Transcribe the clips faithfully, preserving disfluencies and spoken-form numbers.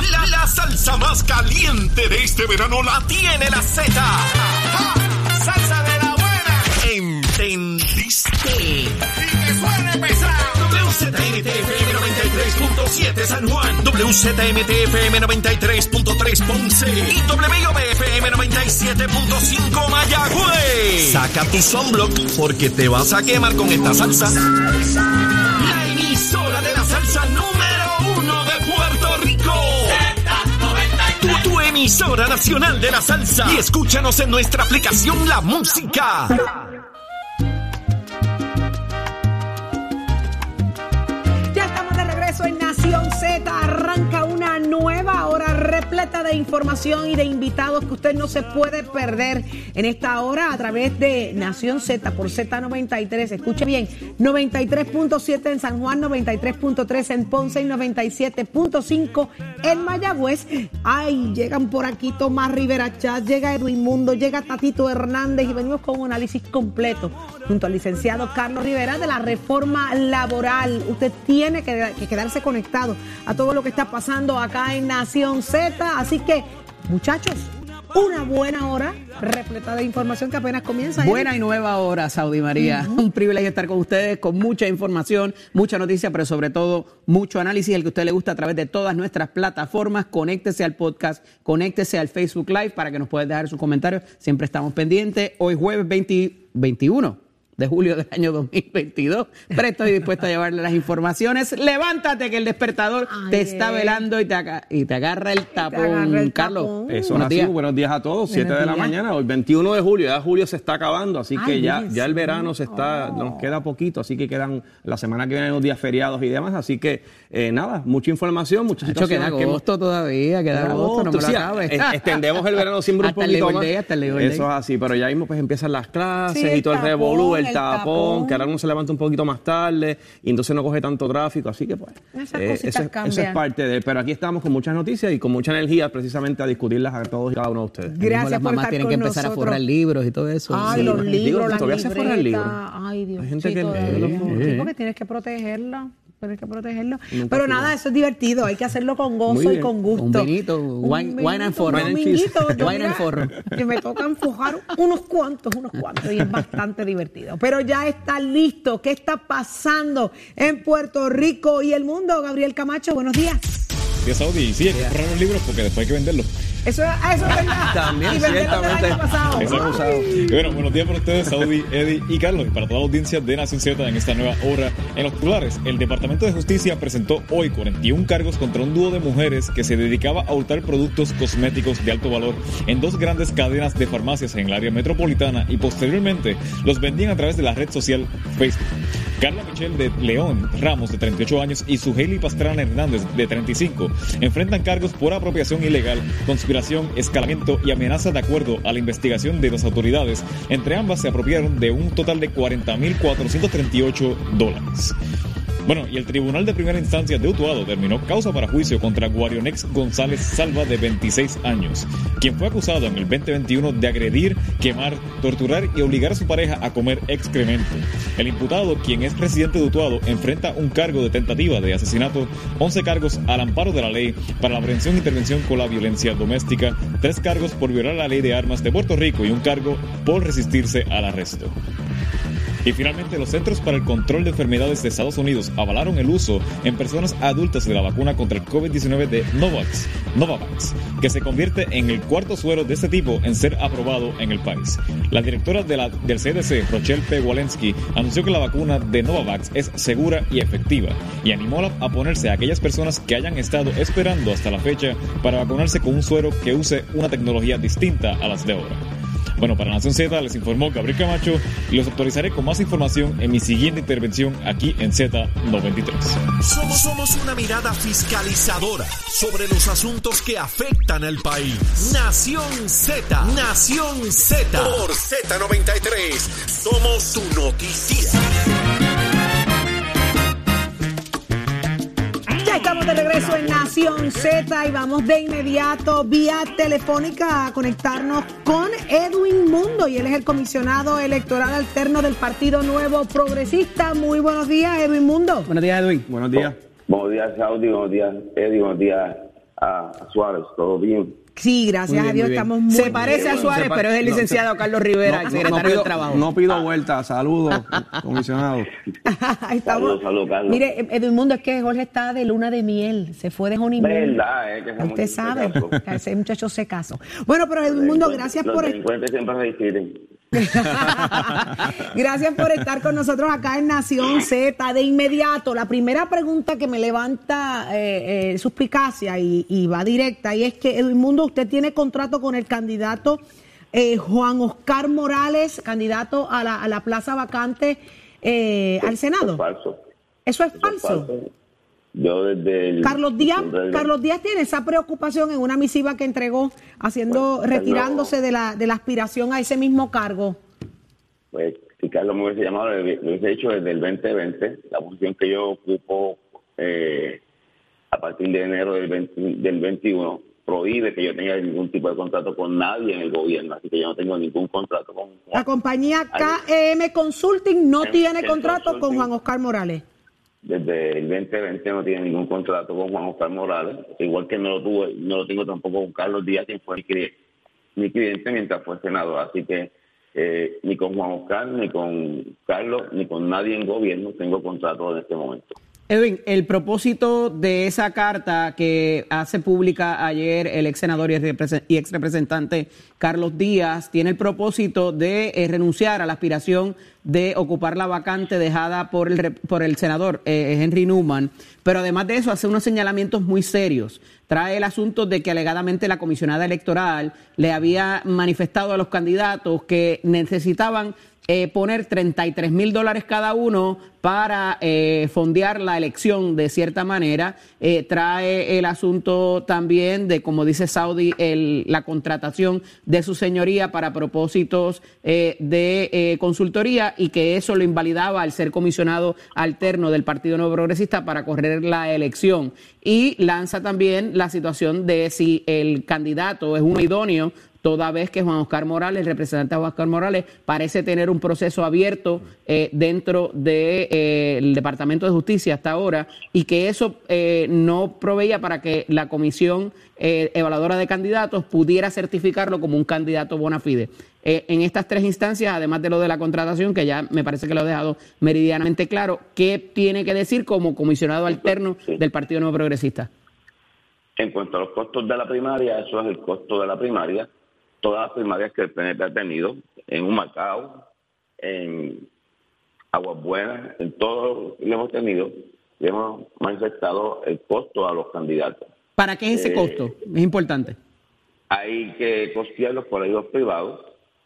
La, la salsa más caliente de este verano la tiene la Z. ¡Ja! ¡Salsa de la buena! ¿Entendiste? ¡Y que suene pesado! W Z M T F M noventa y tres punto siete San Juan, W Z M T F M noventa y tres punto tres Ponce y W I O B F M noventa y siete punto cinco Mayagüez. Saca tu sunblock porque te vas a quemar con esta salsa. ¡Salsa! La emisora de la salsa número uno de Puerto Rico. Z noventa y tres. Tu, tu emisora nacional de la salsa. Y escúchanos en nuestra aplicación La Música. En Nación Z arranca una nueva hora repleta de información y de invitados que usted no se puede perder en esta hora a través de Nación Z por Z noventa y tres. Escuche bien, noventa y tres punto siete en San Juan, noventa y tres punto tres en Ponce y noventa y siete punto cinco en Mayagüez. Ay, llegan por aquí Tomás Rivera Chat, llega Edwin Mundo, llega Tatito Hernández y venimos con un análisis completo junto al licenciado Carlos Rivera de la reforma laboral. Usted tiene que, que quedarse conectado a todo lo que está pasando acá en Nación Z. Así que, muchachos, una buena hora repleta de información que apenas comienza. ¿eh? Buena y nueva hora, Saudi María. Uh-huh. Un privilegio estar con ustedes, con mucha información, mucha noticia, pero sobre todo mucho análisis, el que a usted le gusta a través de todas nuestras plataformas. Conéctese al podcast, conéctese al Facebook Live para que nos pueda dejar sus comentarios. Siempre estamos pendientes. Hoy jueves veinte, veintiuno de julio del año dos mil veintidós. Pero estoy dispuesto a llevarle las informaciones. Levántate que el despertador Ay, te está velando y te, aga- y te agarra el tapón. Agarra el Carlos, tapón. Eso buenos así, días. buenos días a todos, siete de la mañana, hoy veintiuno de julio, ya julio se está acabando, así Ay, que ya, ya el verano se está, oh. nos queda poquito, así que quedan la semana que viene unos días feriados y demás, así que eh, nada, mucha información, muchas situaciones. Queda agosto que... todavía, queda agosto, no me lo sí, acabes. Extendemos el verano siempre un hasta poquito el más. Day, hasta el Day. Eso es así, pero ya mismo pues empiezan las clases sí, y todo el, el revolú, el, el tapón, tapón, que ahora uno se levanta un poquito más tarde y entonces no coge tanto tráfico, así que pues Esas eh, cositas eso, cambian. eso es parte de, pero aquí estamos con muchas noticias y con mucha energía precisamente a discutirlas a todos y cada uno de ustedes. Gracias las por mamás estar tienen con que empezar nosotros. a forrar libros y todo eso. Ay, sí, los libros, digo, las todavía se forran libros. Ay, Dios. Hay gente que lee. sí, porque tienes que protegerlo. Tienes que protegerlo. Nunca Pero fui nada, eso es divertido. Hay que hacerlo con gozo y con gusto. Un vinito, wine, un wine and forro. Un vinito, yo wine mira, and forro. que me toca empujar unos cuantos, unos cuantos. Y es bastante divertido. Pero ya está listo. ¿Qué está pasando en Puerto Rico y el mundo? Gabriel Camacho, buenos días. Días, Saudi. Sí, hay que comprar los libros porque después hay que venderlos. Eso, eso es verdad. También, y ciertamente. Exacto. Bueno, buenos días para ustedes, Saudi, Eddie y Carlos, y para toda la audiencia de Nación Z en esta nueva hora. En los titulares, el Departamento de Justicia presentó hoy cuarenta y uno cargos contra un dúo de mujeres que se dedicaba a hurtar productos cosméticos de alto valor en dos grandes cadenas de farmacias en el área metropolitana y posteriormente los vendían a través de la red social Facebook. Carla Michelle de León Ramos, de treinta y ocho años, y Suheili Pastrana Hernández, de treinta y cinco, enfrentan cargos por apropiación ilegal, conspiración, escalamiento y amenaza de acuerdo a la investigación de las autoridades. Entre ambas se apropiaron de un total de cuarenta mil cuatrocientos treinta y ocho dólares. Bueno, y el Tribunal de Primera Instancia de Utuado terminó causa para juicio contra Guarionex González Salva, de veintiséis años, quien fue acusado en el veinte veintiuno de agredir, quemar, torturar y obligar a su pareja a comer excremento. El imputado, quien es residente de Utuado, enfrenta un cargo de tentativa de asesinato, once cargos al amparo de la ley para la prevención e intervención con la violencia doméstica, tres cargos por violar la ley de armas de Puerto Rico y un cargo por resistirse al arresto. Y finalmente, los Centros para el Control de Enfermedades de Estados Unidos avalaron el uso en personas adultas de la vacuna contra el COVID diecinueve de Novavax, Novavax, que se convierte en el cuarto suero de este tipo en ser aprobado en el país. La directora de la, del C D C, Rochelle P. Walensky, anunció que la vacuna de Novavax es segura y efectiva y animó a ponerse a aquellas personas que hayan estado esperando hasta la fecha para vacunarse con un suero que use una tecnología distinta a las de ahora. Bueno, para Nación Z les informó Gabriel Camacho y los actualizaré con más información en mi siguiente intervención aquí en Z noventa y tres. Somos, somos una mirada fiscalizadora sobre los asuntos que afectan al país. Nación Z, Nación Z. Por Z noventa y tres, somos tu noticia. Estamos de regreso en Nación Z y vamos de inmediato vía telefónica a conectarnos con Edwin Mundo, y él es el comisionado electoral alterno del Partido Nuevo Progresista. Muy buenos días, Edwin Mundo. Buenos días, Edwin. Buenos días. Buenos días, Saudi. Buenos días, Eddie. Buenos días, a Suárez, ¿todo bien? Sí, gracias bien, a Dios, estamos muy Se parece bien. a Suárez, Se pero es el licenciado no, Carlos Rivera, no, el secretario no pido, del Trabajo. No pido vuelta. Saludos, comisionado. Estamos, Saludos, saludos, Carlos. mire, Edmundo, es que Jorge está de luna de miel, se fue de honeymoon. Verdad, eh, que ese Usted muchacho sabe, se casó. que ese muchacho se casó. Bueno, pero Edmundo, gracias Los por... delincuentes siempre resisten. Gracias por estar con nosotros acá en Nación Z. De inmediato, la primera pregunta que me levanta eh, eh, suspicacia y, y va directa, y es que, Edmundo, usted tiene contrato con el candidato eh, Juan Oscar Morales, candidato a la, a la plaza vacante eh, al Senado. Eso es falso. ¿Eso es Eso falso? es falso. Yo desde el, Carlos Díaz, desde el- Carlos Díaz tiene esa preocupación en una misiva que entregó haciendo, Pues, retirándose de la, de la aspiración a ese mismo cargo. Pues si Carlos me hubiese llamado, lo hubiese hecho desde el veinte veinte, la posición que yo ocupo eh, a partir de enero del, veinte, del veintiuno prohíbe que yo tenga ningún tipo de contrato con nadie en el gobierno, así que yo no tengo ningún contrato con Juan. La compañía K E M Consulting no En- tiene en contrato con Consulting. Juan Oscar Morales. Desde el veinte veinte no tiene ningún contrato con Juan Oscar Morales, igual que no lo tuve, no lo tengo tampoco con Carlos Díaz, quien fue mi cliente, mi cliente mientras fue senador, así que eh, ni con Juan Oscar, ni con Carlos, ni con nadie en gobierno tengo contrato en este momento. Edwin, el propósito de esa carta que hace pública ayer el ex senador y ex representante Carlos Díaz tiene el propósito de eh, renunciar a la aspiración de ocupar la vacante dejada por el, por el senador eh, Henry Newman, pero además de eso hace unos señalamientos muy serios. Trae el asunto de que alegadamente la comisionada electoral le había manifestado a los candidatos que necesitaban Eh, poner treinta y tres mil dólares cada uno para eh, fondear la elección de cierta manera. Eh, trae el asunto también de, como dice Saudi, el, la contratación de su señoría para propósitos eh, de eh, consultoría y que eso lo invalidaba al ser comisionado alterno del Partido Nuevo Progresista para correr la elección. Y lanza también la situación de si el candidato es un idóneo, toda vez que Juan Oscar Morales, el representante Juan Oscar Morales, parece tener un proceso abierto eh, dentro del de, eh, Departamento de Justicia hasta ahora y que eso eh, no proveía para que la Comisión eh, Evaluadora de Candidatos pudiera certificarlo como un candidato bona fide. Eh, en estas tres instancias, además de lo de la contratación, que ya me parece que lo he dejado meridianamente claro, ¿qué tiene que decir como comisionado alterno del Partido Nuevo Progresista? En cuanto a los costos de la primaria, eso es el costo de la primaria. Todas las primarias que el P N P ha tenido, en Humacao, en Aguas Buenas, en todo lo que hemos tenido, le hemos manifestado el costo a los candidatos. ¿Para qué es ese Eh, costo? Es importante. Hay que costear los colegios privados.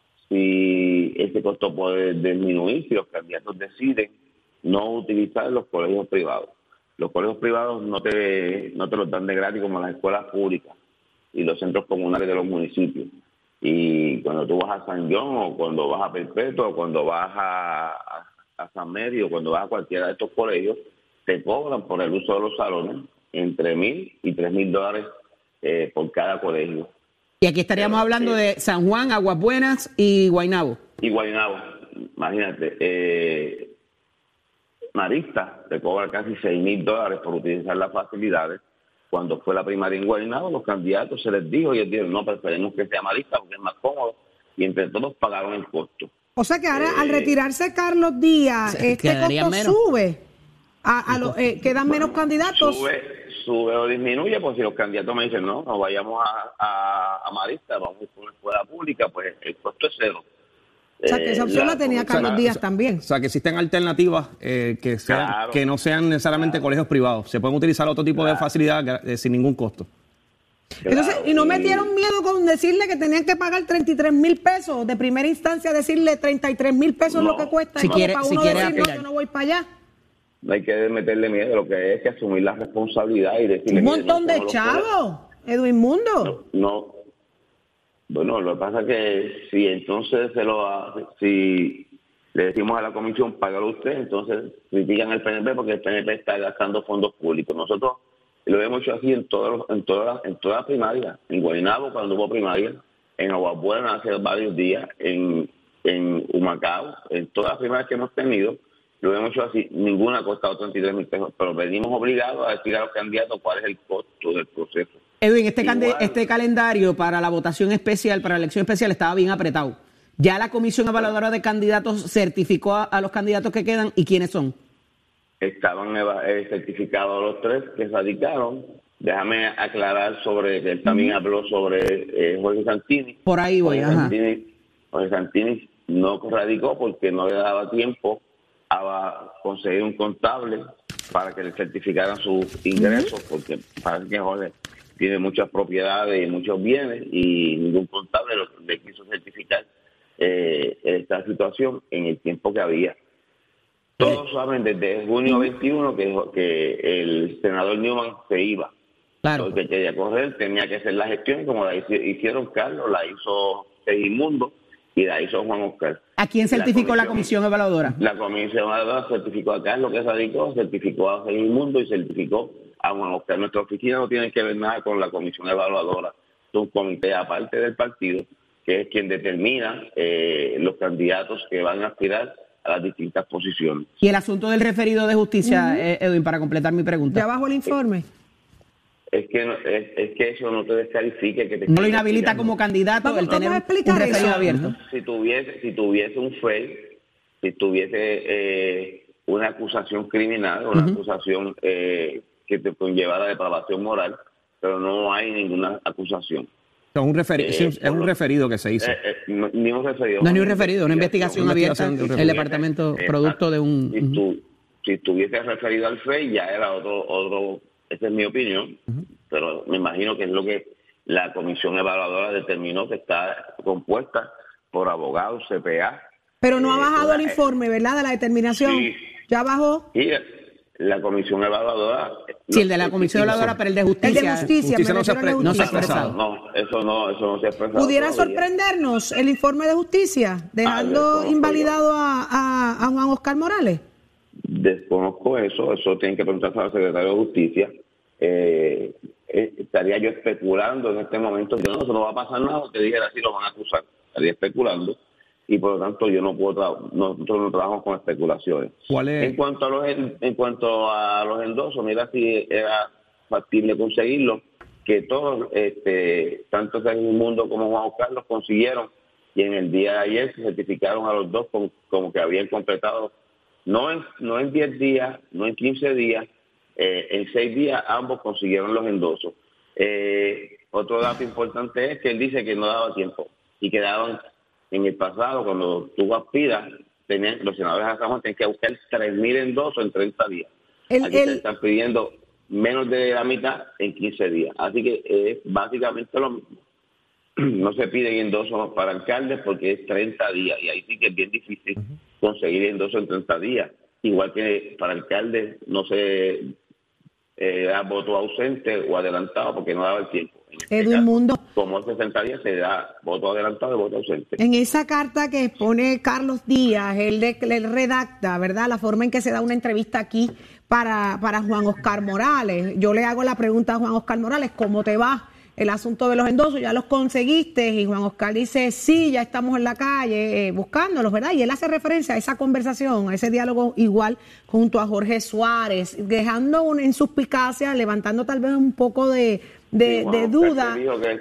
Si ese costo puede disminuir, si los candidatos deciden no utilizar los colegios privados. Los colegios privados no te, no te los dan de gratis como las escuelas públicas y los centros comunales de los municipios. Y cuando tú vas a San John o cuando vas a Perpetua o cuando vas a, a, a San Medio o cuando vas a cualquiera de estos colegios, te cobran por el uso de los salones entre mil y tres mil dólares eh, por cada colegio. Y aquí estaríamos Pero, hablando eh, de San Juan, Aguas Buenas y Guaynabo. Y Guaynabo, imagínate, eh, Marista te cobra casi seis mil dólares por utilizar las facilidades. Cuando fue la primaria en Guaynabo, los candidatos se les dijo y ellos dijeron, no, preferimos que sea Marista porque es más cómodo. Y entre todos pagaron el costo. O sea que ahora Eh, al retirarse Carlos Díaz, se este quedarían costo menos. sube. A, a lo- eh, quedan menos candidatos. Sube, sube o disminuye, pues si los candidatos me dicen, no, no vayamos a, a, a Marista, vamos a una escuela pública, pues el costo es cero. O sea que esa opción la tenía Carlos Díaz O también. sea, que existen alternativas eh, que, sean, Claro. que no sean necesariamente colegios privados. Se pueden utilizar otro tipo de facilidades eh, sin ningún costo. Entonces, ¿y no metieron miedo con decirle que tenían que pagar treinta y tres mil pesos? De primera instancia decirle treinta y tres mil pesos es No. lo que cuesta. Si y como quiere- para si uno quiere decir, no, aspirar. yo no voy para allá. No hay que meterle miedo, lo que es que asumir la responsabilidad y decirle... Un mire, montón no de somos los chavos, Edwin Mundo. No, no. Bueno, lo que pasa es que si entonces se lo hace, si le decimos a la comisión, págalo usted, entonces critican al P N P porque el P N P está gastando fondos públicos. Nosotros lo hemos hecho así en todas los- en todas en todas las primarias, en Guaynabo cuando hubo primaria, en Aguas Buenas hace varios días, en, en Humacao, en todas las primarias que hemos tenido, lo hemos hecho así, ninguna ha costado treinta y tres mil pesos, pero venimos obligados a decir a los candidatos cuál es el costo del proceso. Edwin, este, Igual, este calendario para la votación especial, para la elección especial, estaba bien apretado. ¿Ya la Comisión Evaluadora de Candidatos certificó a, a los candidatos que quedan y quiénes son? Estaban eh, certificados los tres que radicaron. Déjame aclarar sobre que él también uh-huh. habló sobre eh, Jorge Santini. Por ahí voy, Jorge ajá. Santini, Jorge Santini no radicó porque no le daba tiempo a conseguir un contable para que le certificaran sus ingresos, uh-huh. porque parece que Jorge tiene muchas propiedades y muchos bienes y ningún contable le quiso certificar eh, esta situación en el tiempo que había. Todos saben desde junio veintiuno que, que el senador Newman se iba. Claro. Porque quería correr, tenía que hacer la gestión, como la hicieron Carlos, la hizo Segismundo y la hizo Juan Oscar. ¿A quién certificó la comisión, la comisión evaluadora? La comisión evaluadora certificó a Carlos, que radicó, certificó a Segismundo y certificó a Juan Oscar. Nuestra oficina no tiene que ver nada con la comisión evaluadora. Es un comité aparte del partido, que es quien determina eh, los candidatos que van a aspirar a las distintas posiciones. Y el asunto del referido de justicia, uh-huh. Edwin, para completar mi pregunta. ¿Ya bajo el informe? Es que no, es, es que eso no te descalifique. Que te no lo inhabilita como candidato vamos, el tener un referido eso. abierto. Si tuviese, si tuviese un fake, si tuviese eh, una acusación criminal, una uh-huh. acusación eh, que te conlleva la depravación moral, pero no hay ninguna acusación. Es un, referi- eh, es un referido que se hizo. Eh, eh, no, ni un referido. No es ni un referido, una investigación, una investigación abierta en el departamento eh, producto eh, de un... Si, tú, si estuviese referido al F E I, ya era otro, otro, esa es mi opinión, uh-huh. pero me imagino que es lo que la comisión evaluadora determinó, que está compuesta por abogados, C P A. Pero no eh, ha bajado una, el informe, ¿verdad? De la determinación. Sí, ¿Ya bajó? Sí, la comisión evaluadora. Sí, el de la comisión evaluadora, pero el de justicia. El de justicia, justicia no, se pre- justicia. no se ha expresado. No, eso no, eso no se ha expresado. ¿Pudiera todavía. sorprendernos el informe de justicia, dejando ah, invalidado a, a, a Juan Oscar Morales? Desconozco eso, eso tienen que preguntarse al secretario de Justicia. Eh, eh, estaría yo especulando en este momento, yo no, eso no va a pasar nada, te dijera así, lo van a acusar. Estaría especulando. Y por lo tanto yo no puedo tra- nosotros no trabajamos con especulaciones. ¿Cuál es? En cuanto a los en cuanto a los endosos, mira si era factible conseguirlo, que todos, este, tanto Segismundo como Juan Oscar los consiguieron y en el día de ayer se certificaron a los dos como, como que habían completado, no en no en diez días, no en quince días, eh, en seis días ambos consiguieron los endosos. Eh, otro dato importante es que él dice que no daba tiempo y quedaban. En el pasado, cuando tú aspiras, tenían, los senadores de San Juan tenían que buscar tres mil endosos en treinta días. El, Aquí el... se están pidiendo menos de la mitad en quince días. Así que es básicamente lo mismo. No se piden endosos para alcaldes porque es treinta días. Y ahí sí que es bien difícil uh-huh. conseguir endosos en treinta días. Igual que para alcaldes no se eh, da voto ausente o adelantado porque no daba el tiempo. Este Edwin Mundo. Como es sesenta días, se da voto adelantado y voto ausente. En esa carta que pone Carlos Díaz, él, de, él redacta, ¿verdad?, la forma en que se da una entrevista aquí para, para Juan Oscar Morales. Yo le hago la pregunta a Juan Oscar Morales, ¿cómo te va el asunto de los endosos? ¿Ya los conseguiste? Y Juan Oscar dice, sí, ya estamos en la calle eh, buscándolos, ¿verdad? Y él hace referencia a esa conversación, a ese diálogo igual junto a Jorge Suárez, dejando una en suspicacia, levantando tal vez un poco de... de, sí, de duda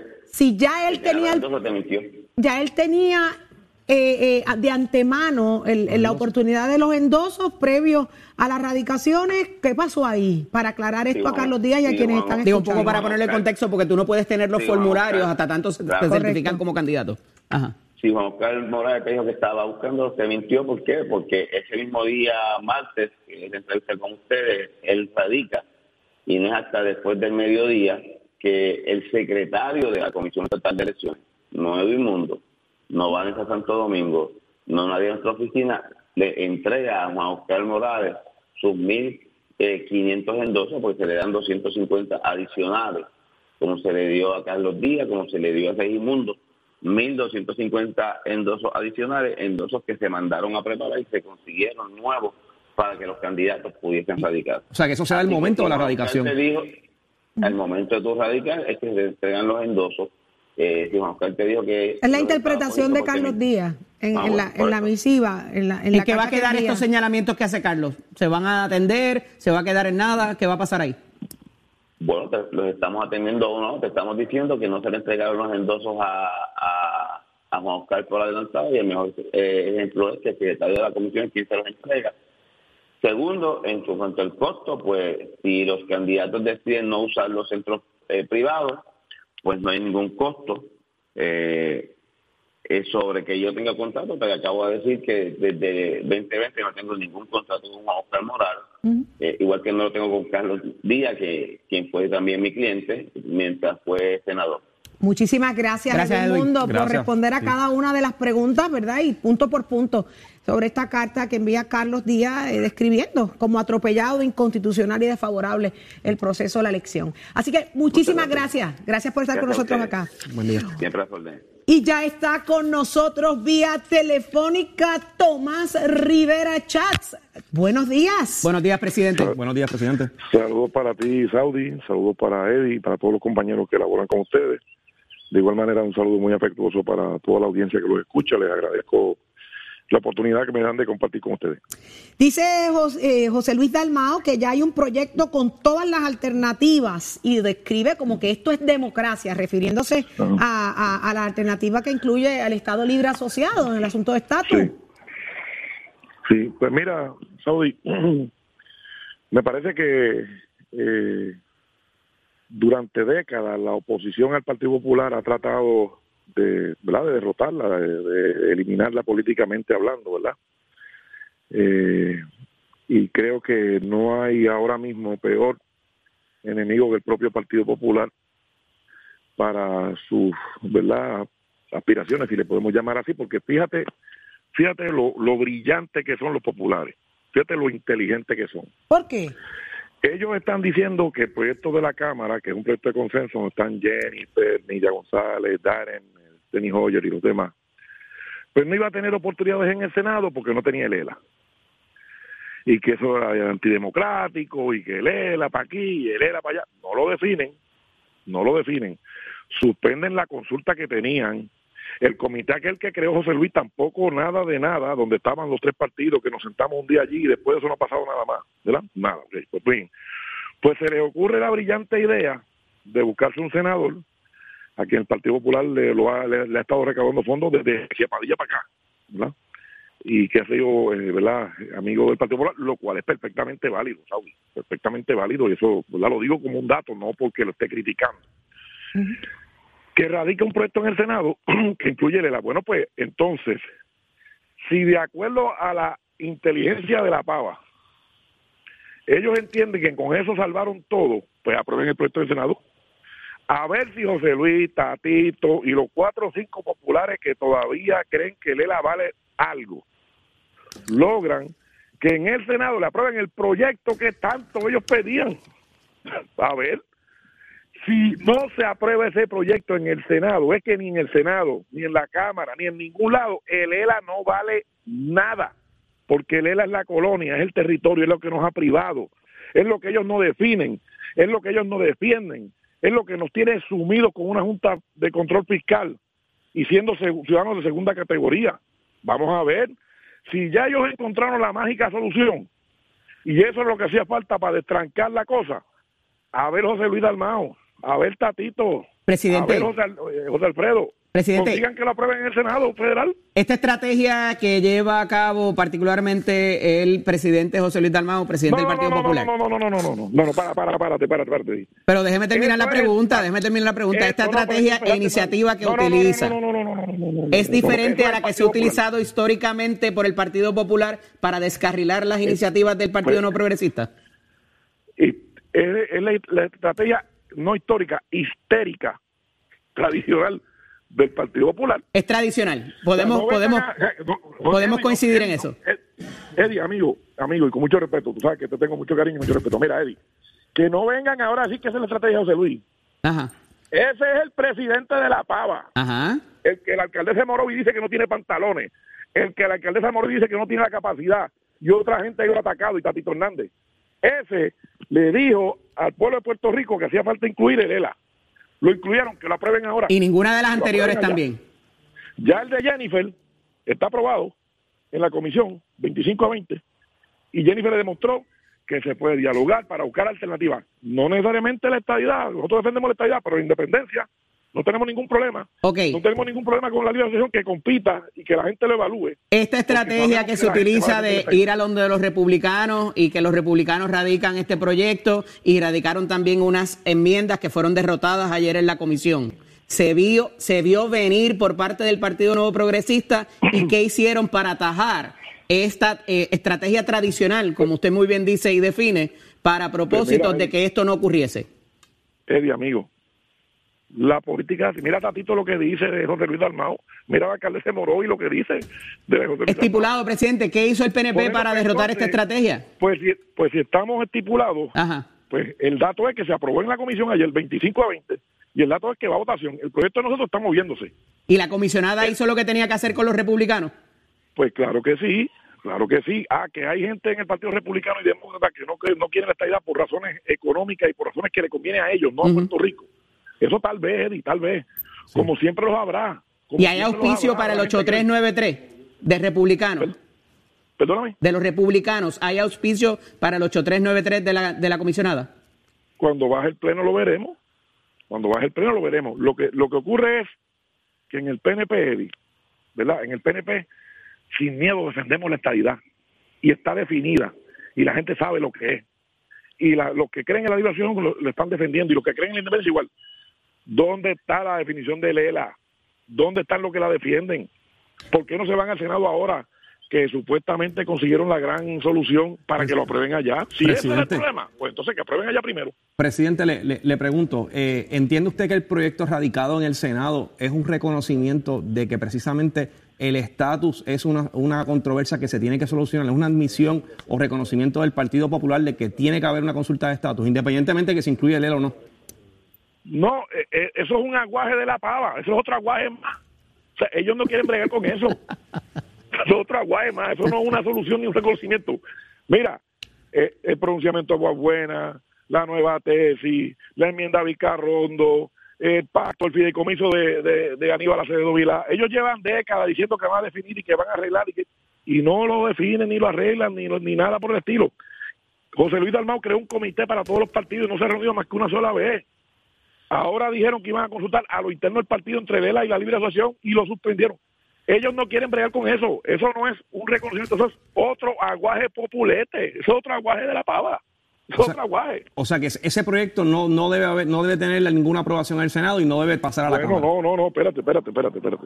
si ya él tenía el, ya él tenía eh, eh, de antemano el, el, la oportunidad de los endosos previos a las radicaciones. ¿Qué pasó ahí? Para aclarar esto sí, a Carlos Díaz y a sí, quienes vamos, están digo escuchando. un poco para ponerle contexto, porque tú no puedes tener los sí, formularios hasta tanto se claro. te certifican Correcto. Como candidato. Ajá. Sí, Juan Oscar Morales te dijo que estaba buscando, se mintió. ¿Por qué? Porque ese mismo día, martes, que es la entrevista con ustedes, él radica y no es hasta después del mediodía que el secretario de la Comisión Estatal de Elecciones, no Edwin Mundo, no Vanessa Santo Domingo, no nadie de nuestra oficina, le entrega a Juan Oscar Morales sus mil quinientos endosos, porque se le dan doscientos cincuenta adicionales, como se le dio a Carlos Díaz, como se le dio a Segismundo, mil doscientos cincuenta endosos adicionales, endosos que se mandaron a preparar y se consiguieron nuevos para que los candidatos pudiesen radicar. O sea, que eso será el momento de la radicación. Dijo, al momento de tu radical es que se entregan los endosos. Eh, si Juan Oscar te dijo que... Es la interpretación de Carlos me... Díaz en, en, la, en la misiva. En, la, en, ¿En qué va a quedar estos señalamientos que hace Carlos? ¿Se van a atender? ¿Se va a quedar en nada? ¿Qué va a pasar ahí? bueno, te, los estamos atendiendo o no, te estamos diciendo que no se le entregaron los endosos a, a, a Juan Oscar por adelantado, y el mejor eh, ejemplo es que el secretario de la comisión es quien se los entrega. Segundo, en cuanto al costo, pues si los candidatos deciden no usar los centros eh, privados, pues no hay ningún costo. Eh, es sobre que yo tenga contrato, pero acabo de decir que desde veinte veinte no tengo ningún contrato con Juan Oscar Morales, uh-huh. eh, igual que no lo tengo con Carlos Díaz, que quien fue también mi cliente mientras fue senador. Muchísimas gracias, gracias Edmundo, por gracias. responder a sí. cada una de las preguntas, ¿verdad? Y punto por punto sobre esta carta que envía Carlos Díaz eh, describiendo como atropellado, inconstitucional y desfavorable el proceso de la elección. Así que muchísimas gracias. Gracias, gracias por estar gracias con nosotros acá. Buen día. Siempre a su orden. Y ya está con nosotros vía telefónica Tomás Rivera Chats. Buenos días. Buenos días, presidente. Sal- Buenos días, presidente. Saludos para ti, Saudi. Saludos para Eddie y para todos los compañeros que laboran con ustedes. De igual manera, un saludo muy afectuoso para toda la audiencia que los escucha. Les agradezco la oportunidad que me dan de compartir con ustedes. Dice José, eh, José Luis Dalmao que ya hay un proyecto con todas las alternativas y describe como que esto es democracia, refiriéndose uh-huh. a, a, a la alternativa que incluye al Estado Libre Asociado en el asunto de estatus. Sí. sí, pues mira, Saudi, me parece que eh, durante décadas la oposición al Partido Popular ha tratado de, ¿verdad? de derrotarla, de, de eliminarla políticamente hablando, ¿verdad? Eh, y creo que no hay ahora mismo peor enemigo que el propio Partido Popular para sus, ¿verdad?, aspiraciones, si le podemos llamar así, porque fíjate, fíjate lo, lo brillante que son los populares, fíjate lo inteligente que son. ¿Por qué? Ellos están diciendo que el proyecto de la Cámara, que es un proyecto de consenso, donde están Jennifer, Nilla González, Darren, Denny Hoyer y los demás, pues no iba a tener oportunidades en el Senado porque no tenía el E L A. Y que eso era antidemocrático, y que el E L A para aquí, y el E L A para allá. No lo definen, no lo definen. Suspenden la consulta que tenían. El comité aquel que creó José Luis tampoco nada de nada, donde estaban los tres partidos que nos sentamos un día allí y después de eso no ha pasado nada más, ¿verdad? Nada, okay. Pues bien, pues se les ocurre la brillante idea de buscarse un senador a quien el Partido Popular le, lo ha, le, le ha estado recaudando fondos desde Chiapadilla para acá, ¿verdad? Y que ha sido, eh, ¿verdad?, amigo del Partido Popular, lo cual es perfectamente válido, Saudi, perfectamente válido, y eso, ¿verdad?, lo digo como un dato, no porque lo esté criticando. Uh-huh. Que radica un proyecto en el Senado que incluye el E L A. Bueno, pues entonces, si de acuerdo a la inteligencia de la pava, ellos entienden que con eso salvaron todo, pues aprueben el proyecto del Senado. A ver si José Luis, Tatito y los cuatro o cinco populares que todavía creen que el E L A vale algo, logran que en el Senado le aprueben el proyecto que tanto ellos pedían. A ver. Si no se aprueba ese proyecto en el Senado, es que ni en el Senado, ni en la Cámara, ni en ningún lado, el E L A no vale nada, porque el E L A es la colonia, es el territorio, es lo que nos ha privado, es lo que ellos no definen, es lo que ellos no defienden, es lo que nos tiene sumidos con una junta de control fiscal y siendo ciudadanos de segunda categoría. Vamos a ver, si ya ellos encontraron la mágica solución, y eso es lo que hacía falta para destrancar la cosa, a ver José Luis Dalmao, a ver Tatito, presidente, a ver José, José Alfredo, presidente, consigan que lo aprueben en el Senado federal. Esta estrategia que lleva a cabo particularmente el presidente José Luis Dalmao, presidente no, del Partido no, no, Popular. No, no, no, no, no, no, no, no, no, para, para, párate, párate, párate. Pero déjeme terminar Esto la pregunta, es, déjeme terminar la pregunta. Eh, Esta no, no, estrategia espérate, e iniciativa que no, no, utiliza no, no, no, no, no, no, no, no, es no, diferente no, a la que se ha utilizado Popular. históricamente por el Partido Popular para descarrilar las iniciativas del Partido pues, No Progresista. Es, es la, la estrategia no histórica, histérica, tradicional del Partido Popular. Es tradicional. Podemos, o sea, no podemos, a, no, no, podemos Eddie, coincidir no, en eso. Eddie, amigo, amigo, y con mucho respeto, tú sabes que te tengo mucho cariño y mucho respeto. Mira, Eddie, que no vengan ahora a decir que esa es la estrategia de José Luis. Ajá. Ese es el presidente de la pava. Ajá. El que la alcaldesa Morovi dice que no tiene pantalones. El que la alcaldesa Morovi dice que no tiene la capacidad. Y otra gente ha ido atacado, y Tatito Hernández. Ese le dijo al pueblo de Puerto Rico que hacía falta incluir el E L A. Lo incluyeron, que lo aprueben ahora. Y ninguna de las anteriores también. Ya el de Jennifer está aprobado en la comisión, veinticinco a veinte, y Jennifer le demostró que se puede dialogar para buscar alternativas. No necesariamente la estadidad, nosotros defendemos la estadidad, pero la independencia no tenemos ningún problema. Okay. No tenemos ningún problema con la libre asociación, que compita y que la gente lo evalúe. Esta estrategia que se utiliza de ir a donde los republicanos y que los republicanos radican este proyecto y radicaron también unas enmiendas que fueron derrotadas ayer en la comisión. Se vio, se vio venir por parte del Partido Nuevo Progresista y qué hicieron para atajar esta eh, estrategia tradicional, como usted muy bien dice y define, para propósitos de que esto no ocurriese. Eddie, amigo, la política, mira Tatito lo que dice de José Luis Dalmau, mira a alcalde de Morovi lo que dice de José Luis Estipulado, Dalmau. Presidente, ¿qué hizo el P N P para derrotar esta estrategia? Pues si, pues si estamos estipulados, Ajá. pues el dato es que se aprobó en la comisión ayer veinticinco a veinte, y el dato es que va a votación. El proyecto de nosotros está moviéndose. ¿Y la comisionada hizo lo que tenía que hacer con los republicanos? Pues claro que sí, claro que sí. Ah, que hay gente en el Partido Republicano y Demócrata que no, que no quieren la estadidad por razones económicas y por razones que le conviene a ellos, no uh-huh. a Puerto Rico. Eso tal vez, Eddie, tal vez. Sí. Como siempre los habrá. ¿Y hay auspicio para el ocho tres nueve tres de republicanos? Perdóname. De los republicanos, ¿hay auspicio para el ocho tres nueve tres de la, de la comisionada? Cuando baje el pleno lo veremos. Cuando baje el pleno lo veremos. Lo que, lo que ocurre es que en el P N P, Eddie, ¿verdad? En el P N P, sin miedo defendemos la estadidad. Y está definida. Y la gente sabe lo que es. Y la, los que creen en la liberación lo, lo están defendiendo. Y los que creen en la independencia igual. ¿Dónde está la definición de Lela? ¿Dónde están los que la defienden? ¿Por qué no se van al Senado ahora que supuestamente consiguieron la gran solución para que lo aprueben allá? Si ese es el problema, pues entonces que aprueben allá primero. Presidente, le, le, le pregunto, eh, ¿entiende usted que el proyecto radicado en el Senado es un reconocimiento de que precisamente el estatus es una, una controversia que se tiene que solucionar, es una admisión o reconocimiento del Partido Popular de que tiene que haber una consulta de estatus, independientemente de que se incluya el E L A o no? No, eh, eso es un aguaje de la pava, eso es otro aguaje más. O sea, ellos no quieren bregar con eso. Eso es otro aguaje más, eso no es una solución ni un reconocimiento. Mira, eh, el pronunciamiento de Aguas Buenas, la nueva tesis, la enmienda Vicarrondo, el pacto, el fideicomiso de, de, de Aníbal Acevedo Vilá. Ellos llevan décadas diciendo que van a definir y que van a arreglar y, que, y no lo definen, ni lo arreglan, ni, ni nada por el estilo. José Luis Dalmau creó un comité para todos los partidos y no se ha reunido más que una sola vez. Ahora dijeron que iban a consultar a lo interno del partido entre Lela y la Libre Asociación y lo suspendieron. Ellos no quieren bregar con eso. Eso no es un reconocimiento, eso es otro aguaje populete, eso es otro aguaje de la pava. Eso es otro aguaje. O sea que ese proyecto no, no debe haber, no debe tener ninguna aprobación en el Senado y no debe pasar a la bueno, Cámara. No, no, no, espérate, espérate, espérate, espérate.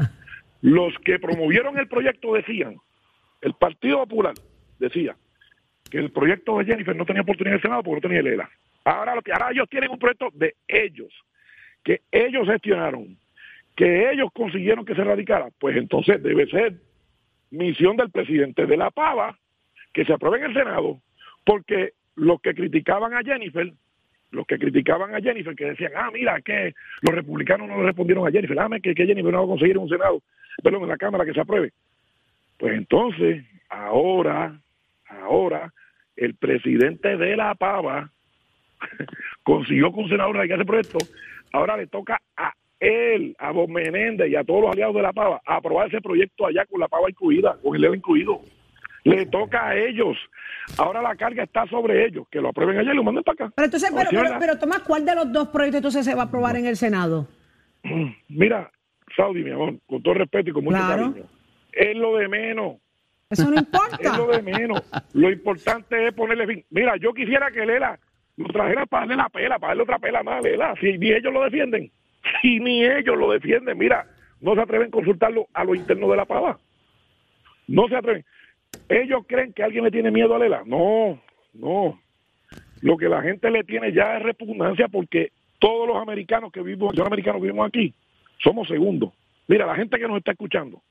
Los que promovieron el proyecto decían, el Partido Popular decía que el proyecto de Jennifer no tenía oportunidad en el Senado porque no tenía el E L A. Ahora, lo que, ahora ellos tienen un proyecto de ellos, que ellos gestionaron, que ellos consiguieron que se radicara, pues entonces debe ser misión del presidente de la Pava que se apruebe en el Senado, porque los que criticaban a Jennifer, los que criticaban a Jennifer, que decían, ah, mira, que los republicanos no le respondieron a Jennifer, ah, que, que Jennifer no va a conseguir en un Senado, perdón, en la Cámara que se apruebe. Pues entonces, ahora, ahora, el presidente de la Pava consiguió que un senador radicara ese proyecto, ahora le toca a él, a Bob Menéndez y a todos los aliados de la Pava aprobar ese proyecto allá con la Pava incluida, con el E L A incluido. Le toca a ellos. Ahora la carga está sobre ellos, que lo aprueben allá y lo manden para acá. Pero entonces, pero, pero, pero Tomás, ¿cuál de los dos proyectos entonces se va a aprobar en el Senado? Mira, Saudi, mi amor, con todo respeto y con mucho claro. cariño, es lo de menos. Eso no importa. Es lo de menos. Lo importante es ponerle fin. Mira, yo quisiera que Lela lo trajera para darle la pela, para darle otra pela más, Lela. Si ni ellos lo defienden, si ni ellos lo defienden, mira, no se atreven a consultarlo a lo interno de la Pava. No se atreven. ¿Ellos creen que alguien le tiene miedo a Lela? No, no. Lo que la gente le tiene ya es repugnancia porque todos los americanos que vivimos, los americanos que vivimos aquí, somos segundos. Mira, la gente que nos está escuchando,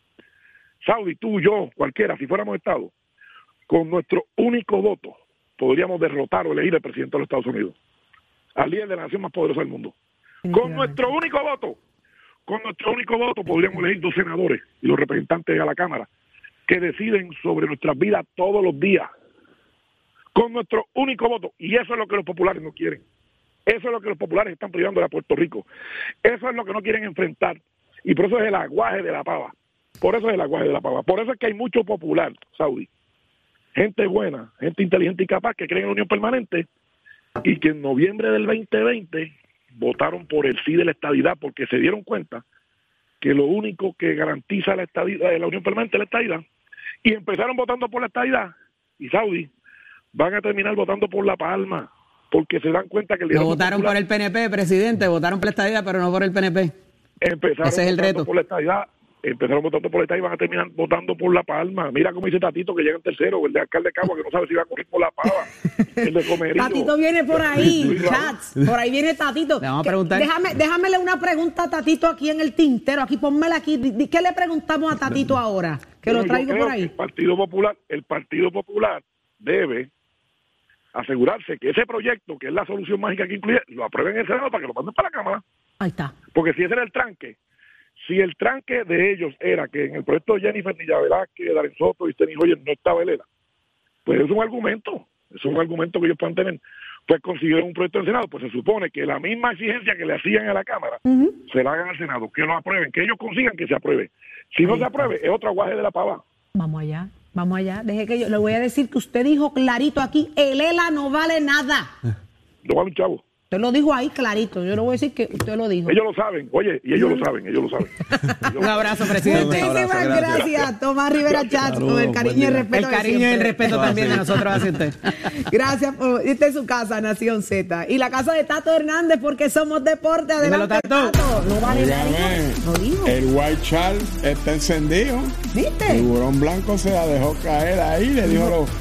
Saudi, tú, yo, cualquiera, si fuéramos Estado, con nuestro único voto, podríamos derrotar o elegir al presidente de los Estados Unidos, al líder de la nación más poderosa del mundo. Con nuestro único voto, con nuestro único voto podríamos elegir dos senadores y los representantes a la Cámara que deciden sobre nuestras vidas todos los días. Con nuestro único voto. Y eso es lo que los populares no quieren. Eso es lo que los populares están privando de Puerto Rico. Eso es lo que no quieren enfrentar. Y por eso es el aguaje de la Pava. Por eso es el aguaje de la Pava. Por eso es que hay mucho popular, Saudi. gente buena, gente inteligente y capaz que creen en la unión permanente y que en noviembre del veinte veinte votaron por el sí de la estadidad porque se dieron cuenta que lo único que garantiza la estadidad, la unión permanente es la estadidad, y empezaron votando por la estadidad, y Saudi van a terminar votando por La Palma, porque se dan cuenta que el no votaron popular, por el P N P, presidente, votaron por la estadidad, pero no por el P N P. Empezaron Ese es el reto. por la estadidad, empezaron votando por la estadidad y van a terminar votando por La Palma. Mira cómo dice Tatito, que llega en tercero, el de alcalde de Cagua, que no sabe si va a correr por La Pava, el de Comerío. Tatito viene por ahí, chats, por ahí viene Tatito. Le vamos a preguntar. Déjame, déjamele una pregunta a Tatito aquí en el tintero, aquí pónmela aquí. ¿Qué le preguntamos a Tatito ahora? Que Pero lo traigo por ahí. El Partido Popular, el Partido Popular debe asegurarse que ese proyecto, que es la solución mágica que incluye, lo aprueben en el Senado para que lo manden para la Cámara. Ahí está. Porque si ese era el tranque, si el tranque de ellos era que en el proyecto de Jennifer Nilla Velázquez, Darren Soto y Steny Hoyer no estaba el E L A, pues es un argumento, es un argumento que ellos pueden tener. Pues consiguieron un proyecto en el Senado, pues se supone que la misma exigencia que le hacían a la Cámara, uh-huh, se la hagan al Senado, que lo aprueben, que ellos consigan que se apruebe. Si no se apruebe, es otro aguaje de la pava. Vamos allá. Vamos allá, deje que yo le voy a decir que usted dijo clarito aquí, el E L A no vale nada. No vale un chavo. Usted lo dijo ahí clarito, yo le voy a decir que usted lo dijo. Ellos lo saben, oye, y ellos lo saben, ellos lo saben. Un abrazo, presidente. Muchísimas gracias, gracias, Tomás Rivera Chats, con el cariño y el respeto. El cariño y el respeto también de nosotros hacia usted. Gracias, por, esta es su casa, Nación Z. Y la casa de Tato Hernández, porque somos deporte. Adelante, Tato. Tato. No vale nada. No digo. El White Shark está encendido. ¿Viste? El tiburón blanco se la dejó caer ahí, le dijo a los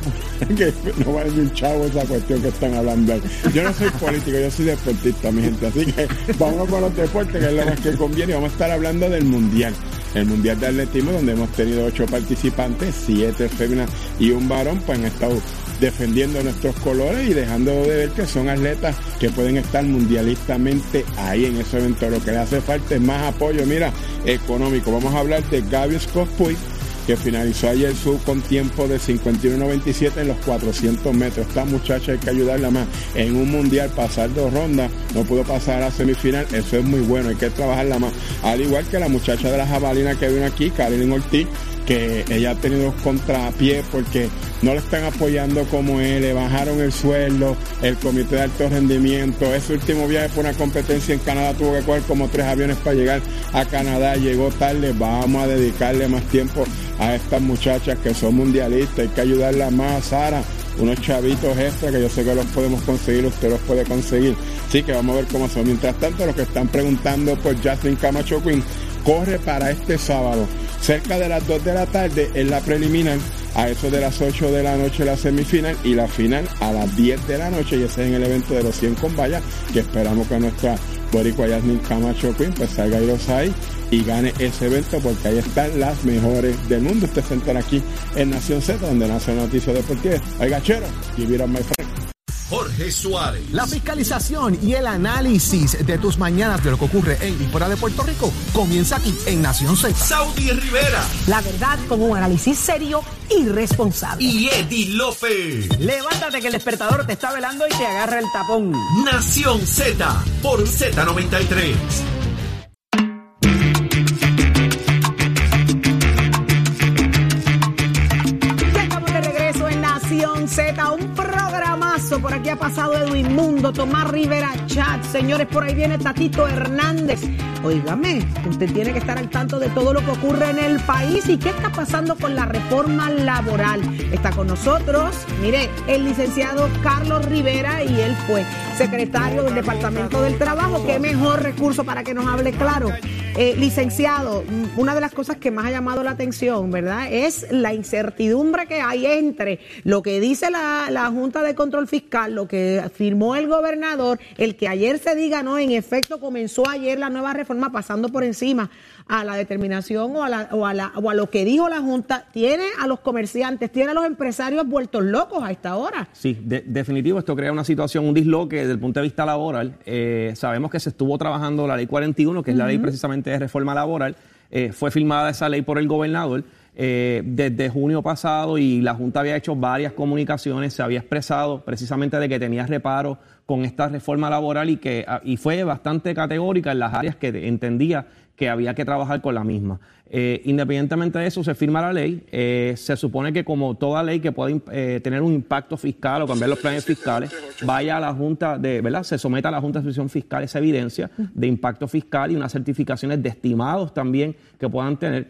que no vale un chavo esa cuestión que están hablando ahí. Yo no soy político, yo soy deportista, mi gente, así que vamos con los deportes, que es lo más que conviene. Vamos a estar hablando del Mundial, el Mundial de Atletismo, donde hemos tenido ocho participantes, siete féminas y un varón, pues han estado defendiendo nuestros colores y dejando de ver que son atletas que pueden estar mundialistamente ahí en ese evento. Lo que le hace falta es más apoyo, mira, económico. Vamos a hablar de Gaby Scott Puig, que finalizó ayer su contiempo de cincuenta y uno noventa y siete en los cuatrocientos metros. Esta muchacha hay que ayudarla más. En un mundial pasar dos rondas, no pudo pasar a la semifinal, eso es muy bueno, hay que trabajarla más. Al igual que la muchacha de la jabalina que vino aquí, Carolyn Ortiz, que ella ha tenido contrapié porque no le están apoyando como él, le bajaron el sueldo, el comité de alto rendimiento. Ese último viaje por una competencia en Canadá tuvo que coger como tres aviones para llegar a Canadá, llegó tarde. Vamos a dedicarle más tiempo a estas muchachas que son mundialistas, hay que ayudarlas más. Sara, unos chavitos extra que yo sé que los podemos conseguir, usted los puede conseguir, sí, que vamos a ver cómo son. Mientras tanto, los que están preguntando por Jasmine Camacho Quinn, corre para este sábado cerca de las dos de la tarde en la preliminar, a eso de las ocho de la noche la semifinal y la final a las diez de la noche, y ese es en el evento de los cien con vallas, que esperamos que nuestra boricua Jasmine Camacho Quinn pues salga airosa ahí y gane ese evento, porque ahí están las mejores del mundo. Usted se entera aquí en Nación Z, donde nace la noticia deportiva. Oiga, chero, give it up, my friend. Jorge Suárez. La fiscalización y el análisis de tus mañanas de lo que ocurre en y fuera de Puerto Rico comienza aquí en Nación Z. Saudi Rivera. La verdad con un análisis serio y responsable. Y Eddie López. Levántate que el despertador te está velando y te agarra el tapón. Nación Z por Z noventa y tres. Z, un programazo. Por aquí ha pasado Edwin Mundo, Tomás Rivera Chat. Señores, por ahí viene Tatito Hernández. Óigame, usted tiene que estar al tanto de todo lo que ocurre en el país y qué está pasando con la reforma laboral. Está con nosotros, mire, el licenciado Carlos Rivera, y él fue secretario del Departamento del Trabajo. Qué mejor recurso para que nos hable claro. Eh, licenciado, una de las cosas que más ha llamado la atención, ¿verdad?, es la incertidumbre que hay entre lo que dice la, la Junta de Control Fiscal, lo que firmó el gobernador, el que ayer se diga, no, en efecto comenzó ayer la nueva reforma pasando por encima a la determinación o a, la, o, a la, o a lo que dijo la Junta. Tiene a los comerciantes, tiene a los empresarios vueltos locos a esta hora. Sí, de, definitivo, esto crea una situación, un disloque desde el punto de vista laboral. Eh, sabemos que se estuvo trabajando la ley cuarenta y uno, que es uh-huh. la ley precisamente de reforma laboral. Eh, fue firmada esa ley por el gobernador. eh, desde junio pasado y la Junta había hecho varias comunicaciones, se había expresado precisamente de que tenía reparo con esta reforma laboral y que y fue bastante categórica en las áreas que entendía que había que trabajar con la misma. Eh, independientemente de eso, se firma la ley. Eh, se supone que como toda ley que puede eh, tener un impacto fiscal o cambiar los planes fiscales, vaya a la Junta de, ¿verdad? Se someta a la Junta de Supervisión Fiscal esa evidencia de impacto fiscal y unas certificaciones de estimados también que puedan tener.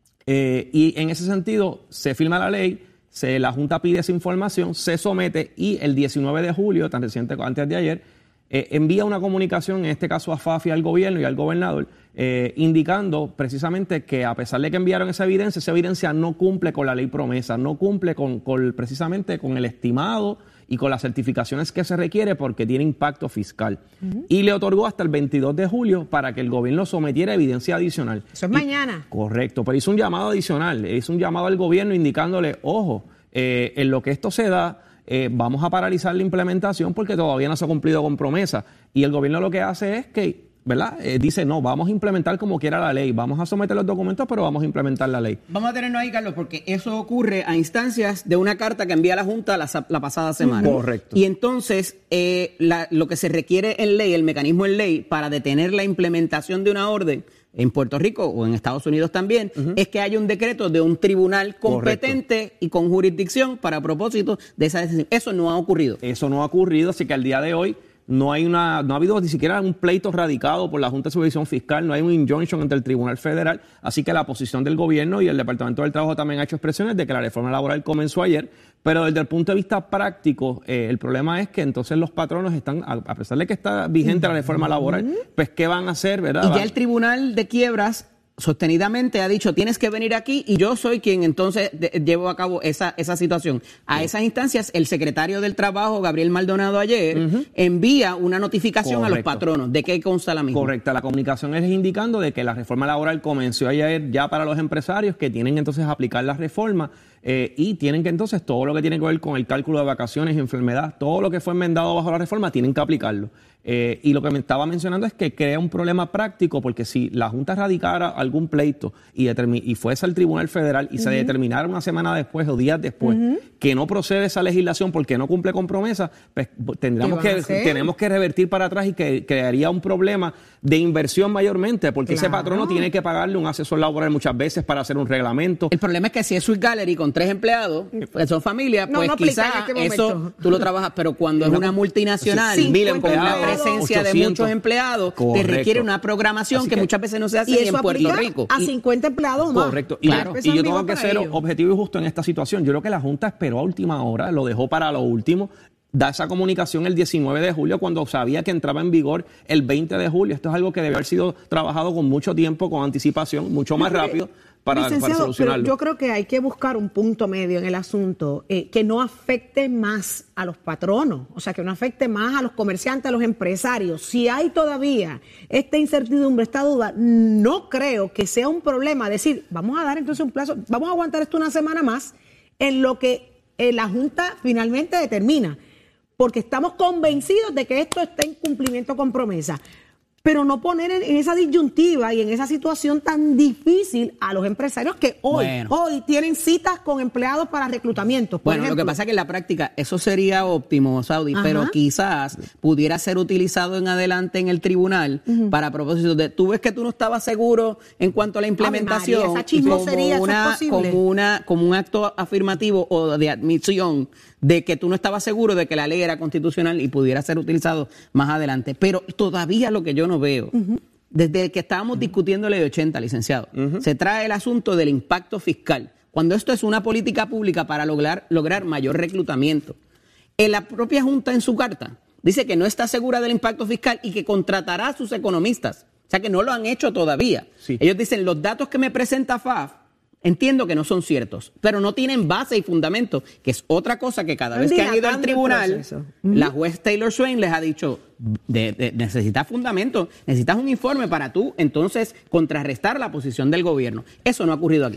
Eh, y en ese sentido, se firma la ley, se, la Junta pide esa información, se somete y el diecinueve de julio, tan reciente antes de ayer, eh, envía una comunicación, en este caso a F A F y al gobierno y al gobernador, eh, indicando precisamente que a pesar de que enviaron esa evidencia, esa evidencia no cumple con la ley promesa, no cumple con, con precisamente con el estimado y con las certificaciones que se requiere porque tiene impacto fiscal. Uh-huh. Y le otorgó hasta el veintidós de julio para que el gobierno sometiera evidencia adicional. Eso es y, mañana. Correcto, pero hizo un llamado adicional, hizo un llamado al gobierno indicándole, ojo, eh, en lo que esto se da, eh, vamos a paralizar la implementación porque todavía no se ha cumplido con promesa. Y el gobierno lo que hace es que, ¿verdad? Eh, dice, no, vamos a implementar como quiera la ley, vamos a someter los documentos, pero vamos a implementar la ley. Vamos a tenernos ahí, Carlos, porque eso ocurre a instancias de una carta que envía la Junta la, la pasada semana. Correcto. Y entonces, eh, la, lo que se requiere en ley, el mecanismo en ley, para detener la implementación de una orden en Puerto Rico o en Estados Unidos también, uh-huh. es que haya un decreto de un tribunal competente Correcto. Y con jurisdicción para propósito de esa decisión. Eso no ha ocurrido. Eso no ha ocurrido, así que al día de hoy no hay una, no ha habido ni siquiera un pleito radicado por la Junta de Supervisión Fiscal, no hay un injunction ante el Tribunal Federal, así que la posición del gobierno y el Departamento del Trabajo también ha hecho expresiones de que la reforma laboral comenzó ayer, pero desde el punto de vista práctico, eh, el problema es que entonces los patronos están, a, a pesar de que está vigente la reforma laboral, pues ¿qué van a hacer, verdad? Y ya el Tribunal de Quiebras sostenidamente ha dicho, tienes que venir aquí y yo soy quien entonces de, llevo a cabo esa, esa situación. A sí. esas instancias, el secretario del Trabajo, Gabriel Maldonado, ayer uh-huh. envía una notificación Correcto. A los patronos. ¿De qué consta la misma? Correcta. La comunicación es indicando de que la reforma laboral comenzó ayer ya para los empresarios que tienen entonces aplicar la reforma eh, y tienen que entonces todo lo que tiene que ver con el cálculo de vacaciones y enfermedad, todo lo que fue enmendado bajo la reforma, tienen que aplicarlo. Eh, y lo que me estaba mencionando es que crea un problema práctico porque si la Junta radicara algún pleito y, determi- y fuese al Tribunal Federal y uh-huh. se determinara una semana después o días después uh-huh. que no procede esa legislación porque no cumple con promesa, pues tendríamos que, tenemos que revertir para atrás y que crearía un problema de inversión mayormente porque claro. ese patrono tiene que pagarle un asesor laboral muchas veces para hacer un reglamento. El problema es que si es Sweet Gallery con tres empleados, pues son familias, pues no, no quizás este eso tú lo trabajas, pero cuando es una multinacional, sí, mil empleados, presencia ochocientos de muchos empleados, Correcto. Te requiere una programación que, que muchas veces no se hace en Puerto Rico. A cincuenta empleados más. Correcto. Y, claro. y yo tengo que ser ellos. objetivo y justo en esta situación. Yo creo que la Junta esperó a última hora, lo dejó para lo último, da esa comunicación el diecinueve de julio cuando sabía que entraba en vigor el veinte de julio. Esto es algo que debe haber sido trabajado con mucho tiempo, con anticipación, mucho más rápido. Para, para solucionarlo. Pero yo creo que hay que buscar un punto medio en el asunto eh, que no afecte más a los patronos, o sea, que no afecte más a los comerciantes, a los empresarios. Si hay todavía esta incertidumbre, esta duda, no creo que sea un problema decir, vamos a dar entonces un plazo, vamos a aguantar esto una semana más en lo que eh, la Junta finalmente determina, porque estamos convencidos de que esto está en cumplimiento con promesa. Pero no poner en, en esa disyuntiva y en esa situación tan difícil a los empresarios que hoy, bueno. hoy tienen citas con empleados para reclutamiento. Por bueno, ejemplo. Lo que pasa es que en la práctica eso sería óptimo, Saudi, Ajá. pero quizás pudiera ser utilizado en adelante en el tribunal uh-huh. para propósito de, tú ves que tú no estabas seguro en cuanto a la implementación, María, esa chismosería, como, una, ¿eso es como, una, como un acto afirmativo o de admisión de que tú no estabas seguro de que la ley era constitucional y pudiera ser utilizado más adelante. Pero todavía lo que yo no veo, uh-huh. desde que estábamos uh-huh. discutiendo la ley ochenta, licenciado, uh-huh. se trae el asunto del impacto fiscal, cuando esto es una política pública para lograr, lograr mayor reclutamiento. En la propia Junta, en su carta, dice que no está segura del impacto fiscal y que contratará a sus economistas. O sea que no lo han hecho todavía. Sí. Ellos dicen, los datos que me presenta F A F, entiendo que no son ciertos, pero no tienen base y fundamento, que es otra cosa que cada vez que han ido al tribunal, la juez Taylor Swain les ha dicho, de, de, necesitas fundamento, necesitas un informe para tú entonces contrarrestar la posición del gobierno. Eso no ha ocurrido aquí.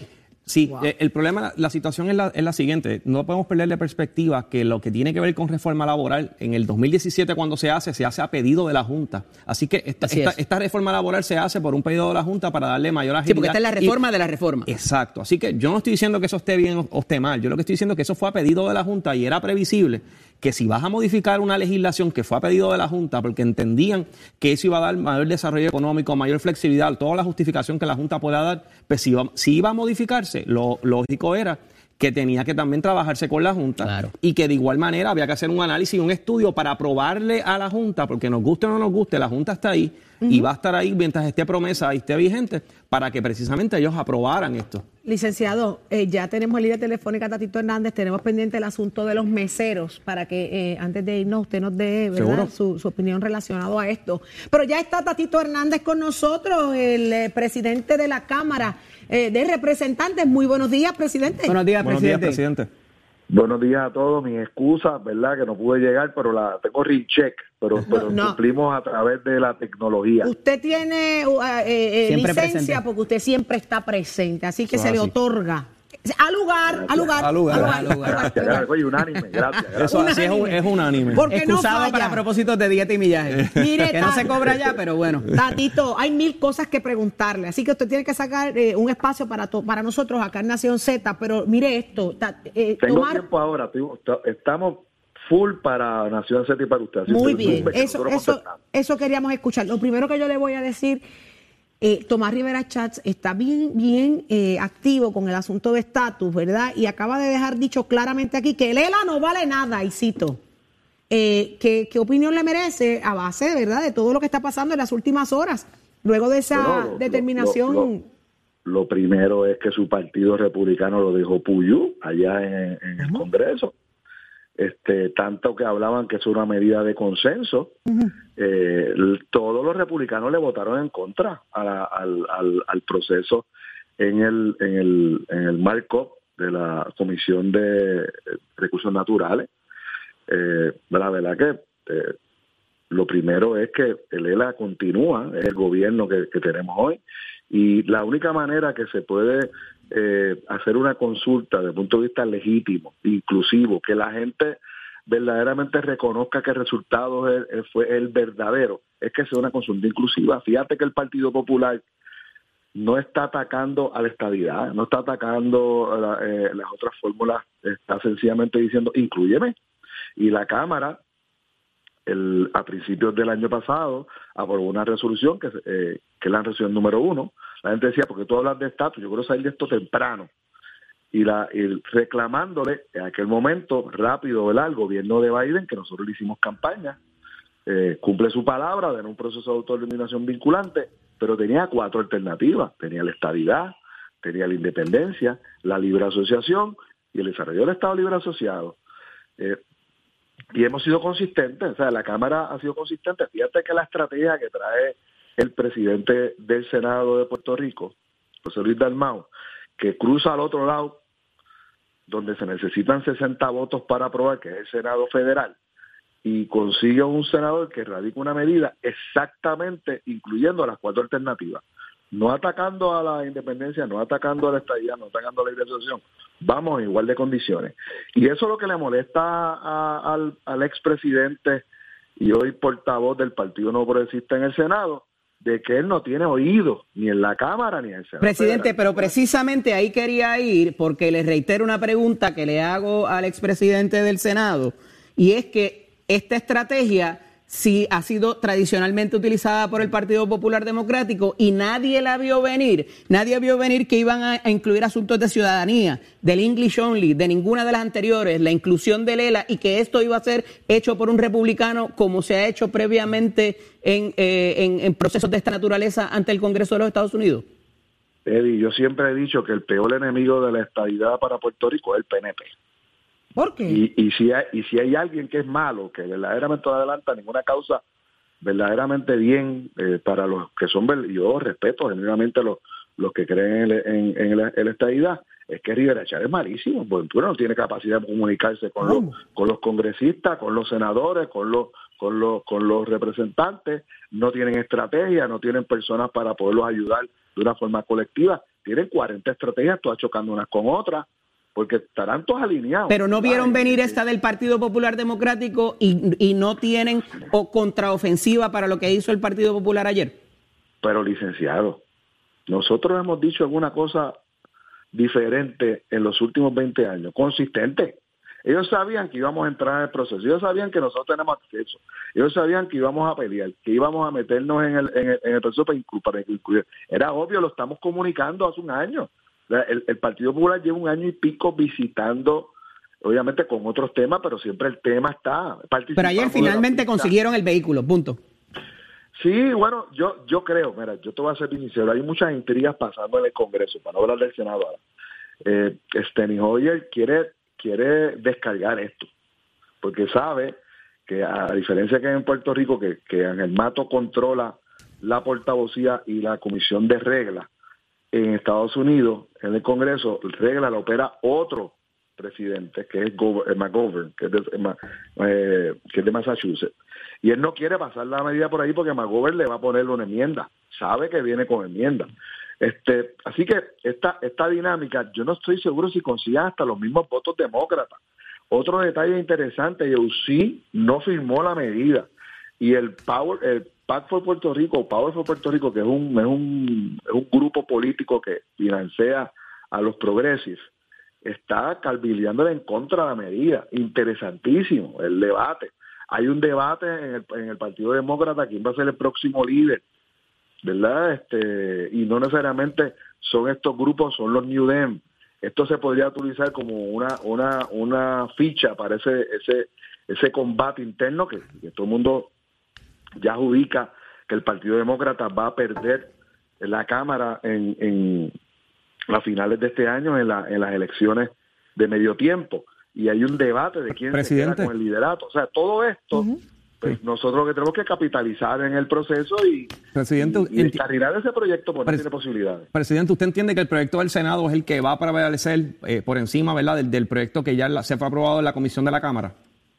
Sí, Wow. eh, el problema, la situación es la, es la siguiente. No podemos perder de perspectiva que lo que tiene que ver con reforma laboral, en el dos mil diecisiete cuando se hace, se hace a pedido de la Junta. Así que esta, Así esta, es. esta reforma laboral se hace por un pedido de la Junta para darle mayor agilidad. Sí, porque esta es la reforma Y- de la reforma. Exacto. Así que yo no estoy diciendo que eso esté bien o, o esté mal. Yo lo que estoy diciendo es que eso fue a pedido de la Junta y era previsible que si vas a modificar una legislación que fue a pedido de la Junta porque entendían que eso iba a dar mayor desarrollo económico, mayor flexibilidad, toda la justificación que la Junta pueda dar, pues si iba, si iba a modificarse, lo lógico era que tenía que también trabajarse con la Junta Claro. y que de igual manera había que hacer un análisis y un estudio para aprobarle a la Junta, porque nos guste o no nos guste, la Junta está ahí y va a estar ahí mientras esté promesa y esté vigente para que precisamente ellos aprobaran esto. Licenciado, eh, ya tenemos línea telefónica a Tatito Hernández, tenemos pendiente el asunto de los meseros para que eh, antes de irnos usted nos dé, ¿verdad?, Seguro. su, su opinión relacionado a esto. Pero ya está Tatito Hernández con nosotros, el eh, presidente de la Cámara eh, de Representantes. Muy buenos días, presidente. Buenos días, Buenos días, presidente. presidente. Buenos días a todos, mis excusas, ¿verdad? Que no pude llegar, pero la tengo recheck, pero, pero no. cumplimos a través de la tecnología. Usted tiene uh, eh, eh, Siempre licencia presente. porque usted siempre está presente, así que Eso se es le así. otorga. Al lugar, al lugar, Al lugar, al al lugar. Gracias, gracias. Oye, unánime, gracias. gracias. Eso así es, un- es unánime. Porque no Excusado falla. para propósitos de dieta y millaje. Mire, que no Tati. se cobra ya, pero bueno. Tatito, hay mil cosas que preguntarle, así que usted tiene que sacar eh, un espacio para to- para nosotros acá en Nación Z, pero mire esto, ta- eh, Tengo tomar tiempo ahora, estoy- estamos full para Nación Z y para usted. así muy que bien, zumbe, que eso, nosotros eso, contestamos. eso queríamos escuchar. Lo primero que yo le voy a decir, eh, Tomás Rivera Chats está bien, bien eh, activo con el asunto de estatus, ¿verdad? Y acaba de dejar dicho claramente aquí que el E L A no vale nada, y cito. Eh, ¿qué, ¿Qué opinión le merece a base, ¿verdad?, de todo lo que está pasando en las últimas horas, luego de esa Bueno, lo- determinación? lo- lo- Lo primero es que su partido republicano lo dejó puyú allá en, en el Congreso. Este, tanto que hablaban que es una medida de consenso, eh, l- todos los republicanos le votaron en contra a la- al, al, al proceso en el, en el, en el marco de la Comisión de Recursos Naturales. Eh, la verdad que eh, lo primero es que el E L A continúa, es el gobierno que, que tenemos hoy, y la única manera que se puede eh, hacer una consulta desde el punto de vista legítimo, inclusivo, que la gente verdaderamente reconozca que el resultado es- es- fue el verdadero, es que sea una consulta inclusiva. Fíjate que el Partido Popular no está atacando a la estadidad, no está atacando a la- eh, las otras fórmulas, está sencillamente diciendo, inclúyeme. Y la Cámara, el, a principios del año pasado, aprobó una resolución que, eh, que es la resolución número uno. La gente decía, porque tú hablas de estatus, yo quiero salir de esto temprano. Y, la, y reclamándole en aquel momento, rápido, ¿verdad?, al gobierno de Biden, que nosotros le hicimos campaña, eh, cumple su palabra de un proceso de autodeterminación vinculante, pero tenía cuatro alternativas. Tenía la estadidad, tenía la independencia, la libre asociación y el desarrollo del Estado libre asociado. Eh, y hemos sido consistentes, o sea, la Cámara ha sido consistente. Fíjate que la estrategia que trae el presidente del Senado de Puerto Rico, José Luis Dalmau, que cruza al otro lado, donde se necesitan sesenta votos para aprobar, que es el Senado federal, y consigue un senador que radica una medida exactamente incluyendo las cuatro alternativas, no atacando a la independencia, no atacando a la estadía, no atacando a la libre asociación, vamos en igual de condiciones. Y eso es lo que le molesta a, al, al expresidente y hoy portavoz del Partido No Progresista en el Senado, de que él no tiene oído ni en la Cámara ni en el Senado. Presidente, federal. pero precisamente ahí quería ir porque le reitero una pregunta que le hago al expresidente del Senado, y es que esta estrategia sí ha sido tradicionalmente utilizada por el Partido Popular Democrático y nadie la vio venir, nadie vio venir que iban a, a incluir asuntos de ciudadanía, del English Only, de ninguna de las anteriores, la inclusión del E L A, y que esto iba a ser hecho por un republicano como se ha hecho previamente en, eh, en, en procesos de esta naturaleza ante el Congreso de los Estados Unidos. Eddie, yo siempre he dicho que el peor enemigo de la estadidad para Puerto Rico es el P N P. ¿Por qué? Y, y, si hay, y si hay alguien que es malo, que verdaderamente no adelanta ninguna causa verdaderamente bien eh, para los que son, yo respeto genuinamente los, los que creen en, en, en, la, en la estadidad, es que Rivera Chats es malísimo, porque tú no tiene capacidad de comunicarse con los, con los congresistas, con los senadores, con los con los, con los representantes, no tienen estrategia, no tienen personas para poderlos ayudar de una forma colectiva, tienen cuarenta estrategias, todas chocando unas con otras, porque estarán todos alineados. Pero no vieron ¿sabes? venir esta del Partido Popular Democrático y, y no tienen o contraofensiva para lo que hizo el Partido Popular ayer. Pero licenciado, nosotros hemos dicho alguna cosa diferente en los últimos veinte años, consistente. Ellos sabían que íbamos a entrar en el proceso, ellos sabían que nosotros tenemos acceso, ellos sabían que íbamos a pelear, que íbamos a meternos en el, en el, en el proceso para incluir, para incluir. Era obvio, lo estamos comunicando hace un año. El, el Partido Popular lleva un año y pico visitando, obviamente con otros temas, pero siempre el tema está. Pero ayer finalmente consiguieron el vehículo, punto. Sí, bueno, yo yo creo, mira, yo te voy a ser sincero, hay muchas intrigas pasando en el Congreso, para no hablar del Senado ahora. Eh, Steny Hoyer quiere, quiere descargar esto, porque sabe que a diferencia que en Puerto Rico, que, que Ángel Mato controla la portavocía y la comisión de reglas, en Estados Unidos, en el Congreso, regla la opera otro presidente, que es McGovern, que es de, eh, que es de Massachusetts. Y él no quiere pasar la medida por ahí porque McGovern le va a poner una enmienda. Sabe que viene con enmienda. Este, así que esta, esta dinámica, yo no estoy seguro si consigan hasta los mismos votos demócratas. Otro detalle interesante, U C I no firmó la medida. Y el Power, el Pac for Puerto Rico, Power for Puerto Rico, que es un, es un, es un grupo político que financia a los progressives, está calvileando en contra de la medida. Interesantísimo el debate. Hay un debate en el, en el Partido Demócrata, quién va a ser el próximo líder, ¿verdad? Este, y no necesariamente son estos grupos, son los New Dem. Esto se podría utilizar como una, una, una ficha para ese, ese, ese combate interno que, que todo el mundo ya adjudica que el Partido Demócrata va a perder la Cámara en, en las finales de este año, en, la, en las elecciones de medio tiempo. Y hay un debate de quién Presidente. se queda con el liderato. O sea, todo esto, uh-huh. pues nosotros lo que tenemos que capitalizar en el proceso y, Presidente, y, y descarrilar ese proyecto porque no tiene posibilidades. Presidente, ¿usted entiende que el proyecto del Senado es el que va a prevalecer eh, por encima, ¿verdad?, del, del proyecto que ya la, se fue aprobado en la Comisión de la Cámara?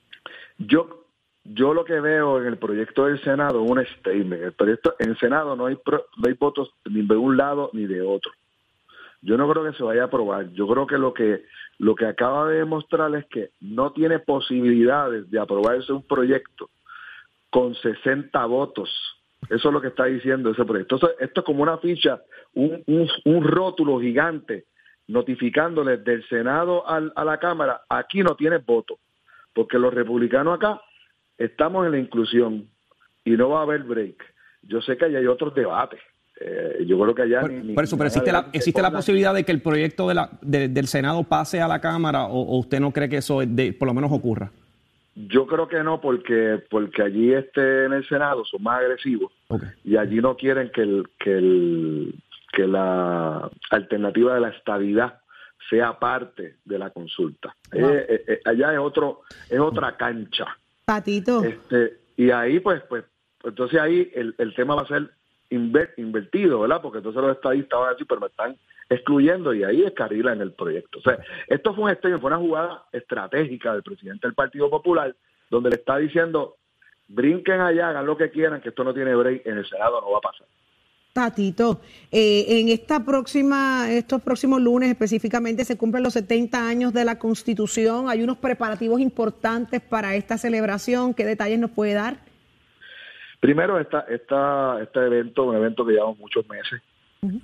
Yo yo lo que veo en el proyecto del Senado es un statement. El proyecto, en el Senado no hay, pro, no hay votos ni de un lado ni de otro. Yo no creo que se vaya a aprobar. Yo creo que lo que lo que acaba de demostrar es que no tiene posibilidades de aprobarse un proyecto con sesenta votos. Eso es lo que está diciendo ese proyecto. Entonces, esto es como una ficha, un, un, un rótulo gigante notificándole del Senado al, a la Cámara, aquí no tienes voto, porque los republicanos acá estamos en la inclusión y no va a haber break. Yo sé que allá hay otros debates. Eh, yo creo que allá... Por, ni, ni, por eso, ni pero existe la, existe la posibilidad de que el proyecto de la, de, del Senado pase a la Cámara o, o usted no cree que eso de, por lo menos ocurra. Yo creo que no, porque porque allí este en el Senado son más agresivos okay. y allí no quieren que el que el que la alternativa de la estadidad sea parte de la consulta. Wow. Eh, eh, eh, allá es otro es otra cancha. Patito. Este, y ahí pues pues entonces ahí el, el tema va a ser invertido, ¿verdad? Porque entonces los estadistas van a decir, pero me están excluyendo y ahí descarrila en el proyecto. O sea, esto fue un estreno, fue una jugada estratégica del presidente del Partido Popular, donde le está diciendo, brinquen allá, hagan lo que quieran, que esto no tiene break, en el Senado no va a pasar. Tatito, eh, en esta próxima, estos próximos lunes específicamente se cumplen los setenta años de la Constitución. Hay unos preparativos importantes para esta celebración. ¿Qué detalles nos puede dar? Primero, esta, esta, este evento, un evento que llevamos muchos meses. Uh-huh.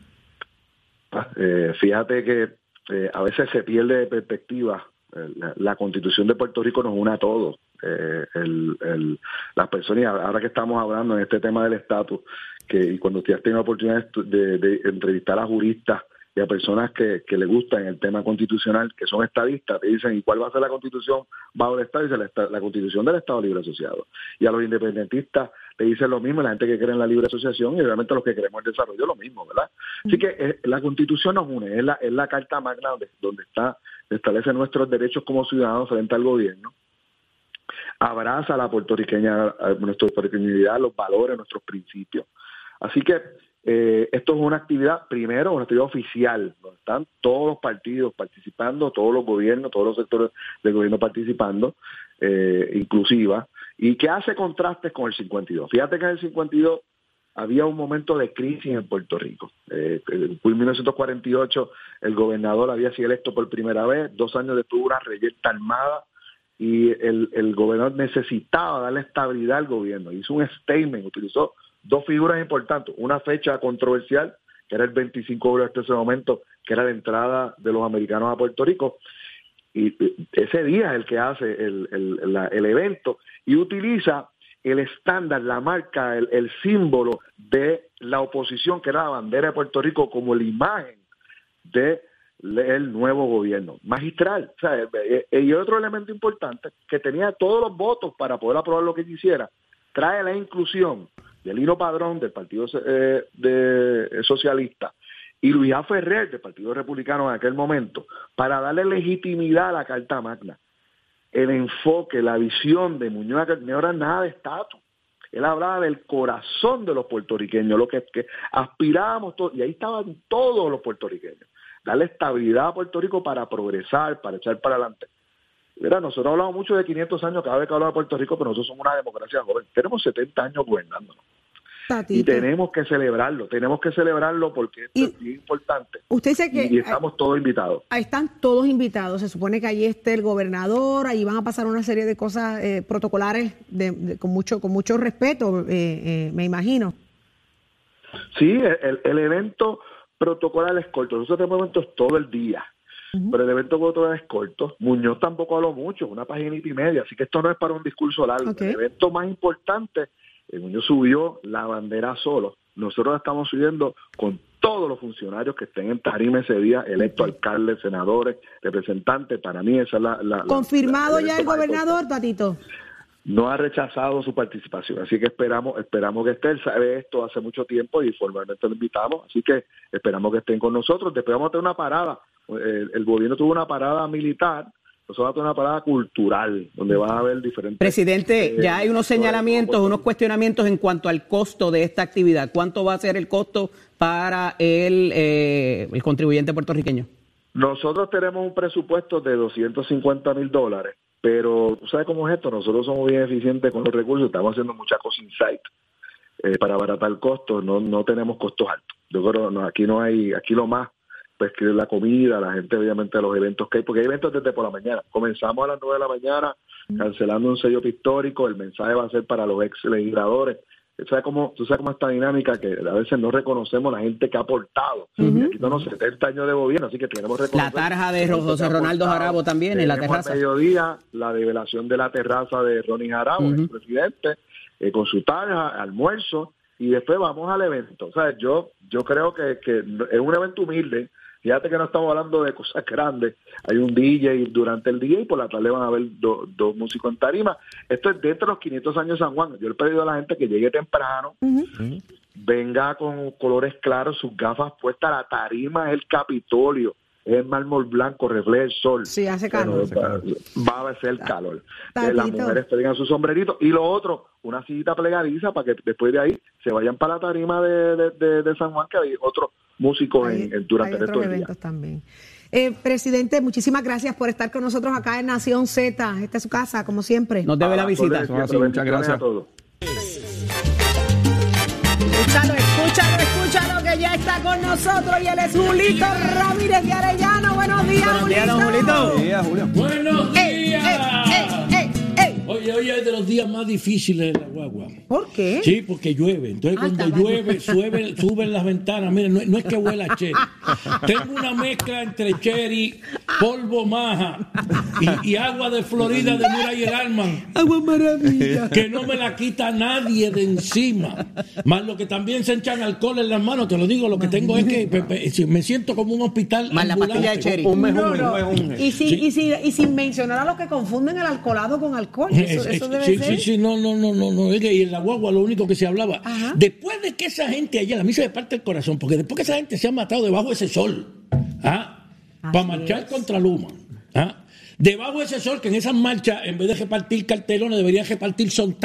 Eh, fíjate que eh, a veces se pierde de perspectiva. Eh, la, la Constitución de Puerto Rico nos une a todos. Eh, el, el, las personas, ahora que estamos hablando en este tema del estatus, que y cuando ustedes tienen la oportunidad de, de entrevistar a juristas y a personas que, que les gustan el tema constitucional, que son estadistas, te dicen, ¿y cuál va a ser la Constitución bajo el Estado? Dice la, la Constitución del Estado Libre Asociado. Y a los independentistas le dicen lo mismo, la gente que cree en la libre asociación y realmente los que queremos el desarrollo lo mismo, ¿verdad? Así que eh, la Constitución nos une, es la, es la carta magna donde, donde está, establece nuestros derechos como ciudadanos frente al gobierno, abraza a la puertorriqueña, a nuestra puertorriqueñidad, los valores, nuestros principios. Así que eh, esto es una actividad, primero, una actividad oficial, donde están todos los partidos participando, todos los gobiernos, todos los sectores del gobierno participando, eh, inclusiva, y que hace contrastes con el cincuenta y dos. Fíjate que en el cincuenta y dos había un momento de crisis en Puerto Rico. Eh, en mil novecientos cuarenta y ocho el gobernador había sido electo por primera vez, dos años después una reyerta armada, y el, el gobernador necesitaba darle estabilidad al gobierno. Hizo un statement, utilizó dos figuras importantes, una fecha controversial, que era el veinticinco de julio de ese momento, que era la entrada de los americanos a Puerto Rico, y ese día es el que hace el, el, la, el evento, y utiliza el estándar, la marca, el, el símbolo de la oposición, que era la bandera de Puerto Rico, como la imagen de el nuevo gobierno magistral. O sea, y otro elemento importante, que tenía todos los votos para poder aprobar lo que quisiera, trae la inclusión de Lino Padrón del Partido eh, de, Socialista y Luis A. Ferrer del Partido Republicano en aquel momento, para darle legitimidad a la Carta Magna. El enfoque, la visión de Muñoz no era nada de estatus. Él hablaba del corazón de los puertorriqueños, lo que, que aspirábamos todos, y ahí estaban todos los puertorriqueños. Darle estabilidad a Puerto Rico para progresar, para echar para adelante. Mira, nosotros hablamos mucho de quinientos años cada vez que hablamos de Puerto Rico, pero nosotros somos una democracia joven. Tenemos setenta años gobernándonos. Tatito. Y tenemos que celebrarlo, tenemos que celebrarlo porque esto es bien importante. Usted dice que... Y, y estamos todos invitados. Ahí están todos invitados. Se supone que allí esté el gobernador, ahí van a pasar una serie de cosas eh, protocolares de, de, con mucho con mucho respeto, eh, eh, me imagino. Sí, el, el evento protocolar es corto. Nosotros tenemos eventos todo el día. Uh-huh. Pero el evento protocolar es corto. Muñoz tampoco habló mucho, una paginita y media, así que esto no es para un discurso largo. Okay. El evento más importante, el Muñoz subió la bandera solo. Nosotros la estamos subiendo con todos los funcionarios que estén en tarima ese día, electos, okay, alcaldes, senadores, representantes. Para mí esa es la... la ¿Confirmado la, ya el gobernador, Tatito? No ha rechazado su participación, así que esperamos esperamos que esté. Él sabe esto hace mucho tiempo y formalmente lo invitamos, así que esperamos que estén con nosotros. Después vamos a tener una parada. El, el gobierno tuvo una parada militar, nosotros vamos a tener una parada cultural, donde va a haber diferentes... Presidente, eh, ya hay unos señalamientos, unos cuestionamientos en cuanto al costo de esta actividad. ¿Cuánto va a ser el costo para el, eh, el contribuyente puertorriqueño? Nosotros tenemos un presupuesto de doscientos cincuenta mil dólares, pero ¿tú sabes cómo es esto? Nosotros somos bien eficientes con los recursos, estamos haciendo muchas cosas in-site eh, para abaratar costos, no no tenemos costos altos. Yo creo no, aquí no hay, aquí lo más, pues que la comida, la gente obviamente los eventos que hay, porque hay eventos desde por la mañana. Comenzamos a las nueve de la mañana, cancelando un sello pictórico, el mensaje va a ser para los ex legisladores. ¿Tú sabes cómo, tú sabes cómo esta dinámica que a veces no reconocemos la gente que ha aportado? Uh-huh. Y aquí tenemos setenta años de gobierno, así que tenemos que reconocer... La tarja de José Ronaldo Jarabo también tenemos en la terraza. Al mediodía, la develación de la terraza de Ronnie Jarabo, uh-huh, el presidente, eh, con su tarja, almuerzo, y después vamos al evento. O sea, yo, yo creo que, que es un evento humilde. Fíjate que no estamos hablando de cosas grandes. Hay un D J durante el día y por la tarde van a haber do, dos músicos en tarima. Esto es dentro de los quinientos años de San Juan. Yo le he pedido a la gente que llegue temprano, uh-huh, venga con colores claros, sus gafas puestas. La tarima es el Capitolio, es el mármol blanco, refleja el sol. Sí, hace calor. Bueno, va, va a ser el calor. Eh, las mujeres tengan su sombrerito. Y lo otro, una sillita plegadiza para que después de ahí se vayan para la tarima de, de, de, de San Juan, que hay otros músicos hay, en, en, durante hay otros eventos también. Eh, presidente, muchísimas gracias por estar con nosotros acá en Nación Z. Esta es su casa, como siempre. Nos debe la visita. No, sí, muchas gracias a todos. Escúchalo, escúchalo, escúchalo, que ya está con nosotros y él es Julito Ramírez de Arellano. Buenos días, Buenos días, don Julito. Buenos días, Julio. Buenos días. Ey, ey, ey, ey. Oye, hoy es de los días más difíciles de la guagua. ¿Por qué? Sí, porque llueve. Entonces, ah, cuando llueve, sube, suben las ventanas. Miren, no, no es que huela a cherry. Tengo una mezcla entre cherry, polvo maja y, y agua de Florida de Murray el Alman. Agua maravilla. Que no me la quita nadie de encima. Más lo que también se echan alcohol en las manos. Te lo digo, lo que tengo es que pe, pe, me siento como un hospital. Más la pastilla de cherry. Un mejor, no, no. Un mejor. Y, si, sí. y, si, y sin mencionar a los que confunden el alcoholado con alcohol. Eso, es, eso debe sí, ser. Sí, sí, no, no, no, no, no. Y en la guagua lo único que se hablaba. Ajá. Después de que esa gente allá, a mí se me parte el corazón, porque después que esa gente se ha matado debajo de ese sol, ¿ah? para marchar es. contra Luma, ¿ah? debajo de ese sol, que en esas marchas, en vez de repartir cartelones, deberían repartir sontán.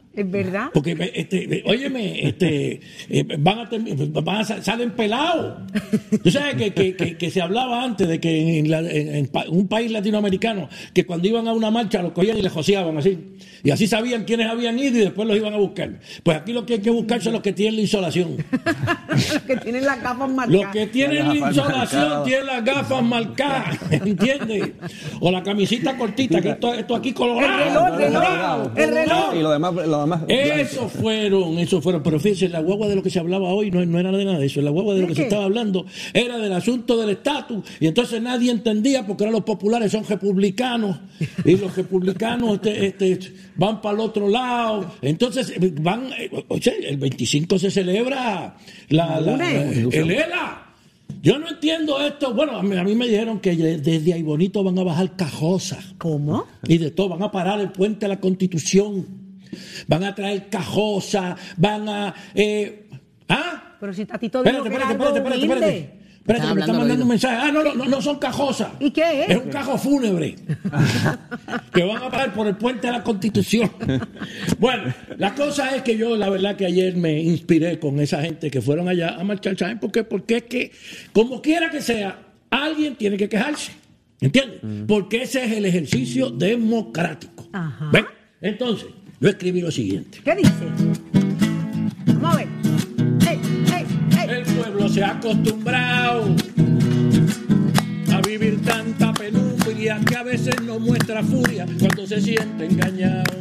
Es verdad. Porque, este, óyeme, este, eh, van a, van a salen pelados. Tú sabes que, que, que, que se hablaba antes de que en, la, en, en un país latinoamericano, que cuando iban a una marcha los cogían y les joseaban así. Y así sabían quiénes habían ido y después los iban a buscar. Pues aquí lo que hay que buscar son los que tienen la insolación. Los que tienen las gafas marcadas. Los que tienen la, la insolación marcada. Tienen las gafas marcadas, ¿entiendes? O la camisita cortita, que esto, esto aquí colorado. El reloj, el reloj, el reloj. Y lo demás, lo demás eso fueron, eso fueron. Pero fíjense, la guagua de lo que se hablaba hoy no, no era de nada de eso. La guagua de lo que se estaba hablando era del asunto del estatus. Y entonces nadie entendía porque ahora los populares son republicanos. Y los republicanos este, este, van para el otro lado. Entonces van, oye, el veinticinco se celebra la, la, la, el E L A. Yo no entiendo esto. Bueno, a mí, a mí me dijeron que desde ahí bonito van a bajar Cajosa. ¿Cómo? Y de todo, van a parar el puente de la Constitución. Van a traer Cajosa, van a... Eh, ¿Ah? Pero si Tatito dijo espérate, que espérate, era algo espérate, espérate, humilde. espérate. Espérate, que me están mandando un mensaje. Ah, no, no, no, no son Cajosas. ¿Y qué es? Es un cajo fúnebre. Que van a parar por el puente de la Constitución. Bueno, la cosa es que yo, la verdad que ayer me inspiré con esa gente que fueron allá a marchar. ¿Saben por qué? Porque es que, como quiera que sea, alguien tiene que quejarse. ¿Entiendes? Mm. Porque ese es el ejercicio democrático. Ajá. ¿Ven? Entonces, yo escribí lo siguiente. ¿Qué dice? Vamos a ver. Hey, hey, hey. El pueblo se ha acostumbrado a vivir tanta penumbria que a veces no muestra furia cuando se siente engañado.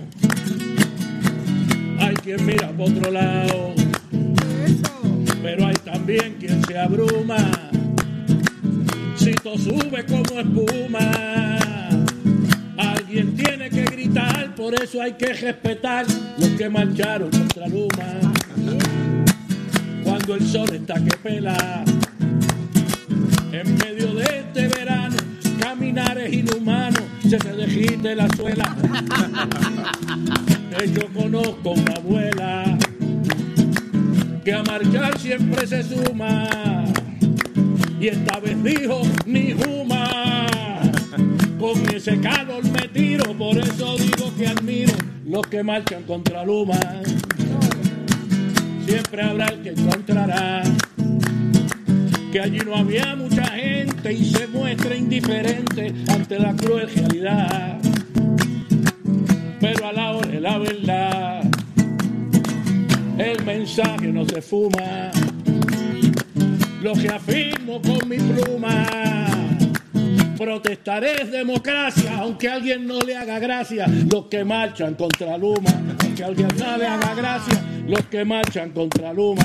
Hay quien mira por otro lado, pero hay también quien se abruma si todo sube como espuma. Alguien tiene que gritar, por eso hay que respetar los que marcharon contra Luma. Cuando el sol está que pela, en medio de este verano, caminar es inhumano, se te dejite la suela. Yo conozco una abuela que a marchar siempre se suma, y esta vez dijo ni juma. Con ese calor me tiro, por eso digo que admiro los que marchan contra Luma. Siempre habrá el que encontrará que allí no había mucha gente y se muestra indiferente ante la cruel realidad. Pero a la hora de la verdad, el mensaje no se fuma. Lo que afirmo con mi pluma, protestaré es democracia, aunque a alguien no le haga gracia los que marchan contra Luma. Aunque a alguien no le haga gracia los que marchan contra Luma.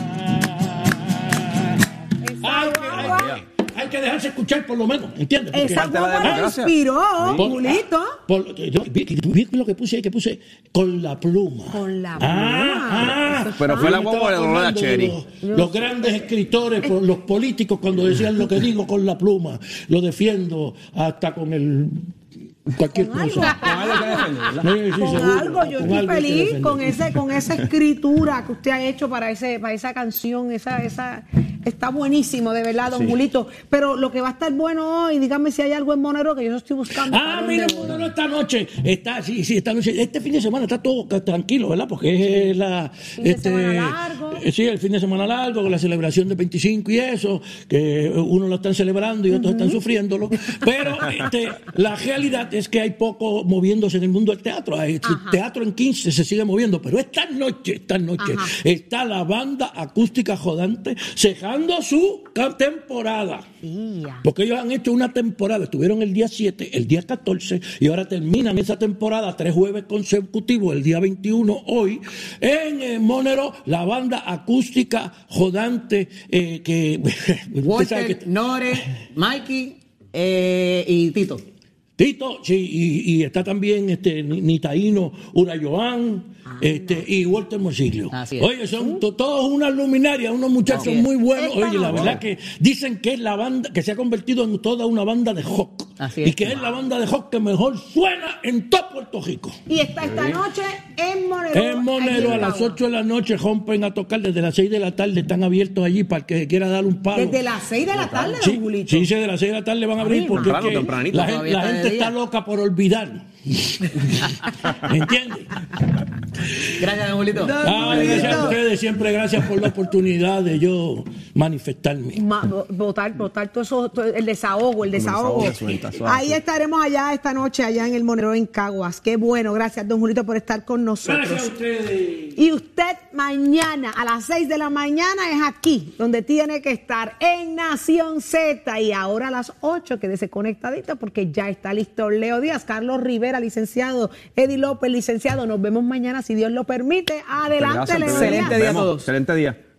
Hay que, hay, que, hay que dejarse escuchar por lo menos, ¿entiendes? Porque esa guagua inspiró, Julito. Vi lo que puse ahí, que puse con la pluma. Con la pluma. Ah, ah, pero fue la guagua de Lola Cherry. Los, los grandes escritores, los políticos, cuando decían lo que digo con la pluma, lo defiendo hasta con el... cualquier con cosa. Algo. Con algo, sí, sí, con seguro, algo. Yo con estoy algo feliz con ese, con esa escritura que usted ha hecho para ese, para esa canción, esa, esa, está buenísimo, de verdad, don sí. Julito. Pero lo que va a estar bueno hoy, dígame si hay algo en Monero que yo estoy buscando. Ah, mire, Monero esta noche, está, sí, sí, esta noche, este fin de semana está todo tranquilo, ¿verdad? Porque es la, fin este, de semana largo. Sí, el fin de semana largo, con la celebración de veinticinco y eso, que unos lo están celebrando y otros uh-huh. están sufriéndolo. Pero este, la realidad es que hay poco moviéndose en el mundo del teatro. El Ajá. teatro en quince se sigue moviendo, pero esta noche, esta noche Ajá. está la banda acústica Jodante cejando su temporada. Yeah. Porque ellos han hecho una temporada, estuvieron el día siete, el día catorce, y ahora terminan esa temporada tres jueves consecutivos, el día veintiuno, hoy, en eh, Monero, la banda acústica Jodante, eh, que... Walter, que... Nore, Mikey eh, y Tito. Tito, sí, y, y está también este Nitaíno Urayoán, ah, este, y Walter Morsiglio. Oye, son to, todos unas luminarias, unos muchachos Así muy buenos. Oye, la no. verdad que dicen que es la banda, que se ha convertido en toda una banda de rock. Así y es. que es la banda de rock que mejor suena en todo Puerto Rico. Y está esta noche en Monero. En Monero, a las ocho de la noche, rompen a tocar desde las seis de la tarde, están abiertos allí para el que quiera dar un palo. Desde las seis de la tarde, sí, don Julito. Sí, sí, de las seis de la tarde van a abrir. Ay, porque temprano, es que tempranito, la, gente, la gente está loca por olvidar. ¿Me entiendes? Gracias, don Julito. Ah, gracias a ustedes, siempre gracias por la oportunidad de yo manifestarme. Ma, votar, votar todo eso, todo el desahogo, el desahogo. Suelta, suave. Ahí estaremos allá esta noche, allá en el Monero en Caguas. Qué bueno, gracias, don Julito, por estar con nosotros. Gracias a ustedes. Y usted mañana a las seis de la mañana es aquí, donde tiene que estar, en Nación Z. Y ahora a las ocho, quédese conectadito porque ya está listo Leo Díaz, Carlos Rivera, licenciado, Eddie López, licenciado. Nos vemos mañana, si Dios lo permite. Adelante, Gracias, Leo excelente Díaz. día a todos. Excelente día.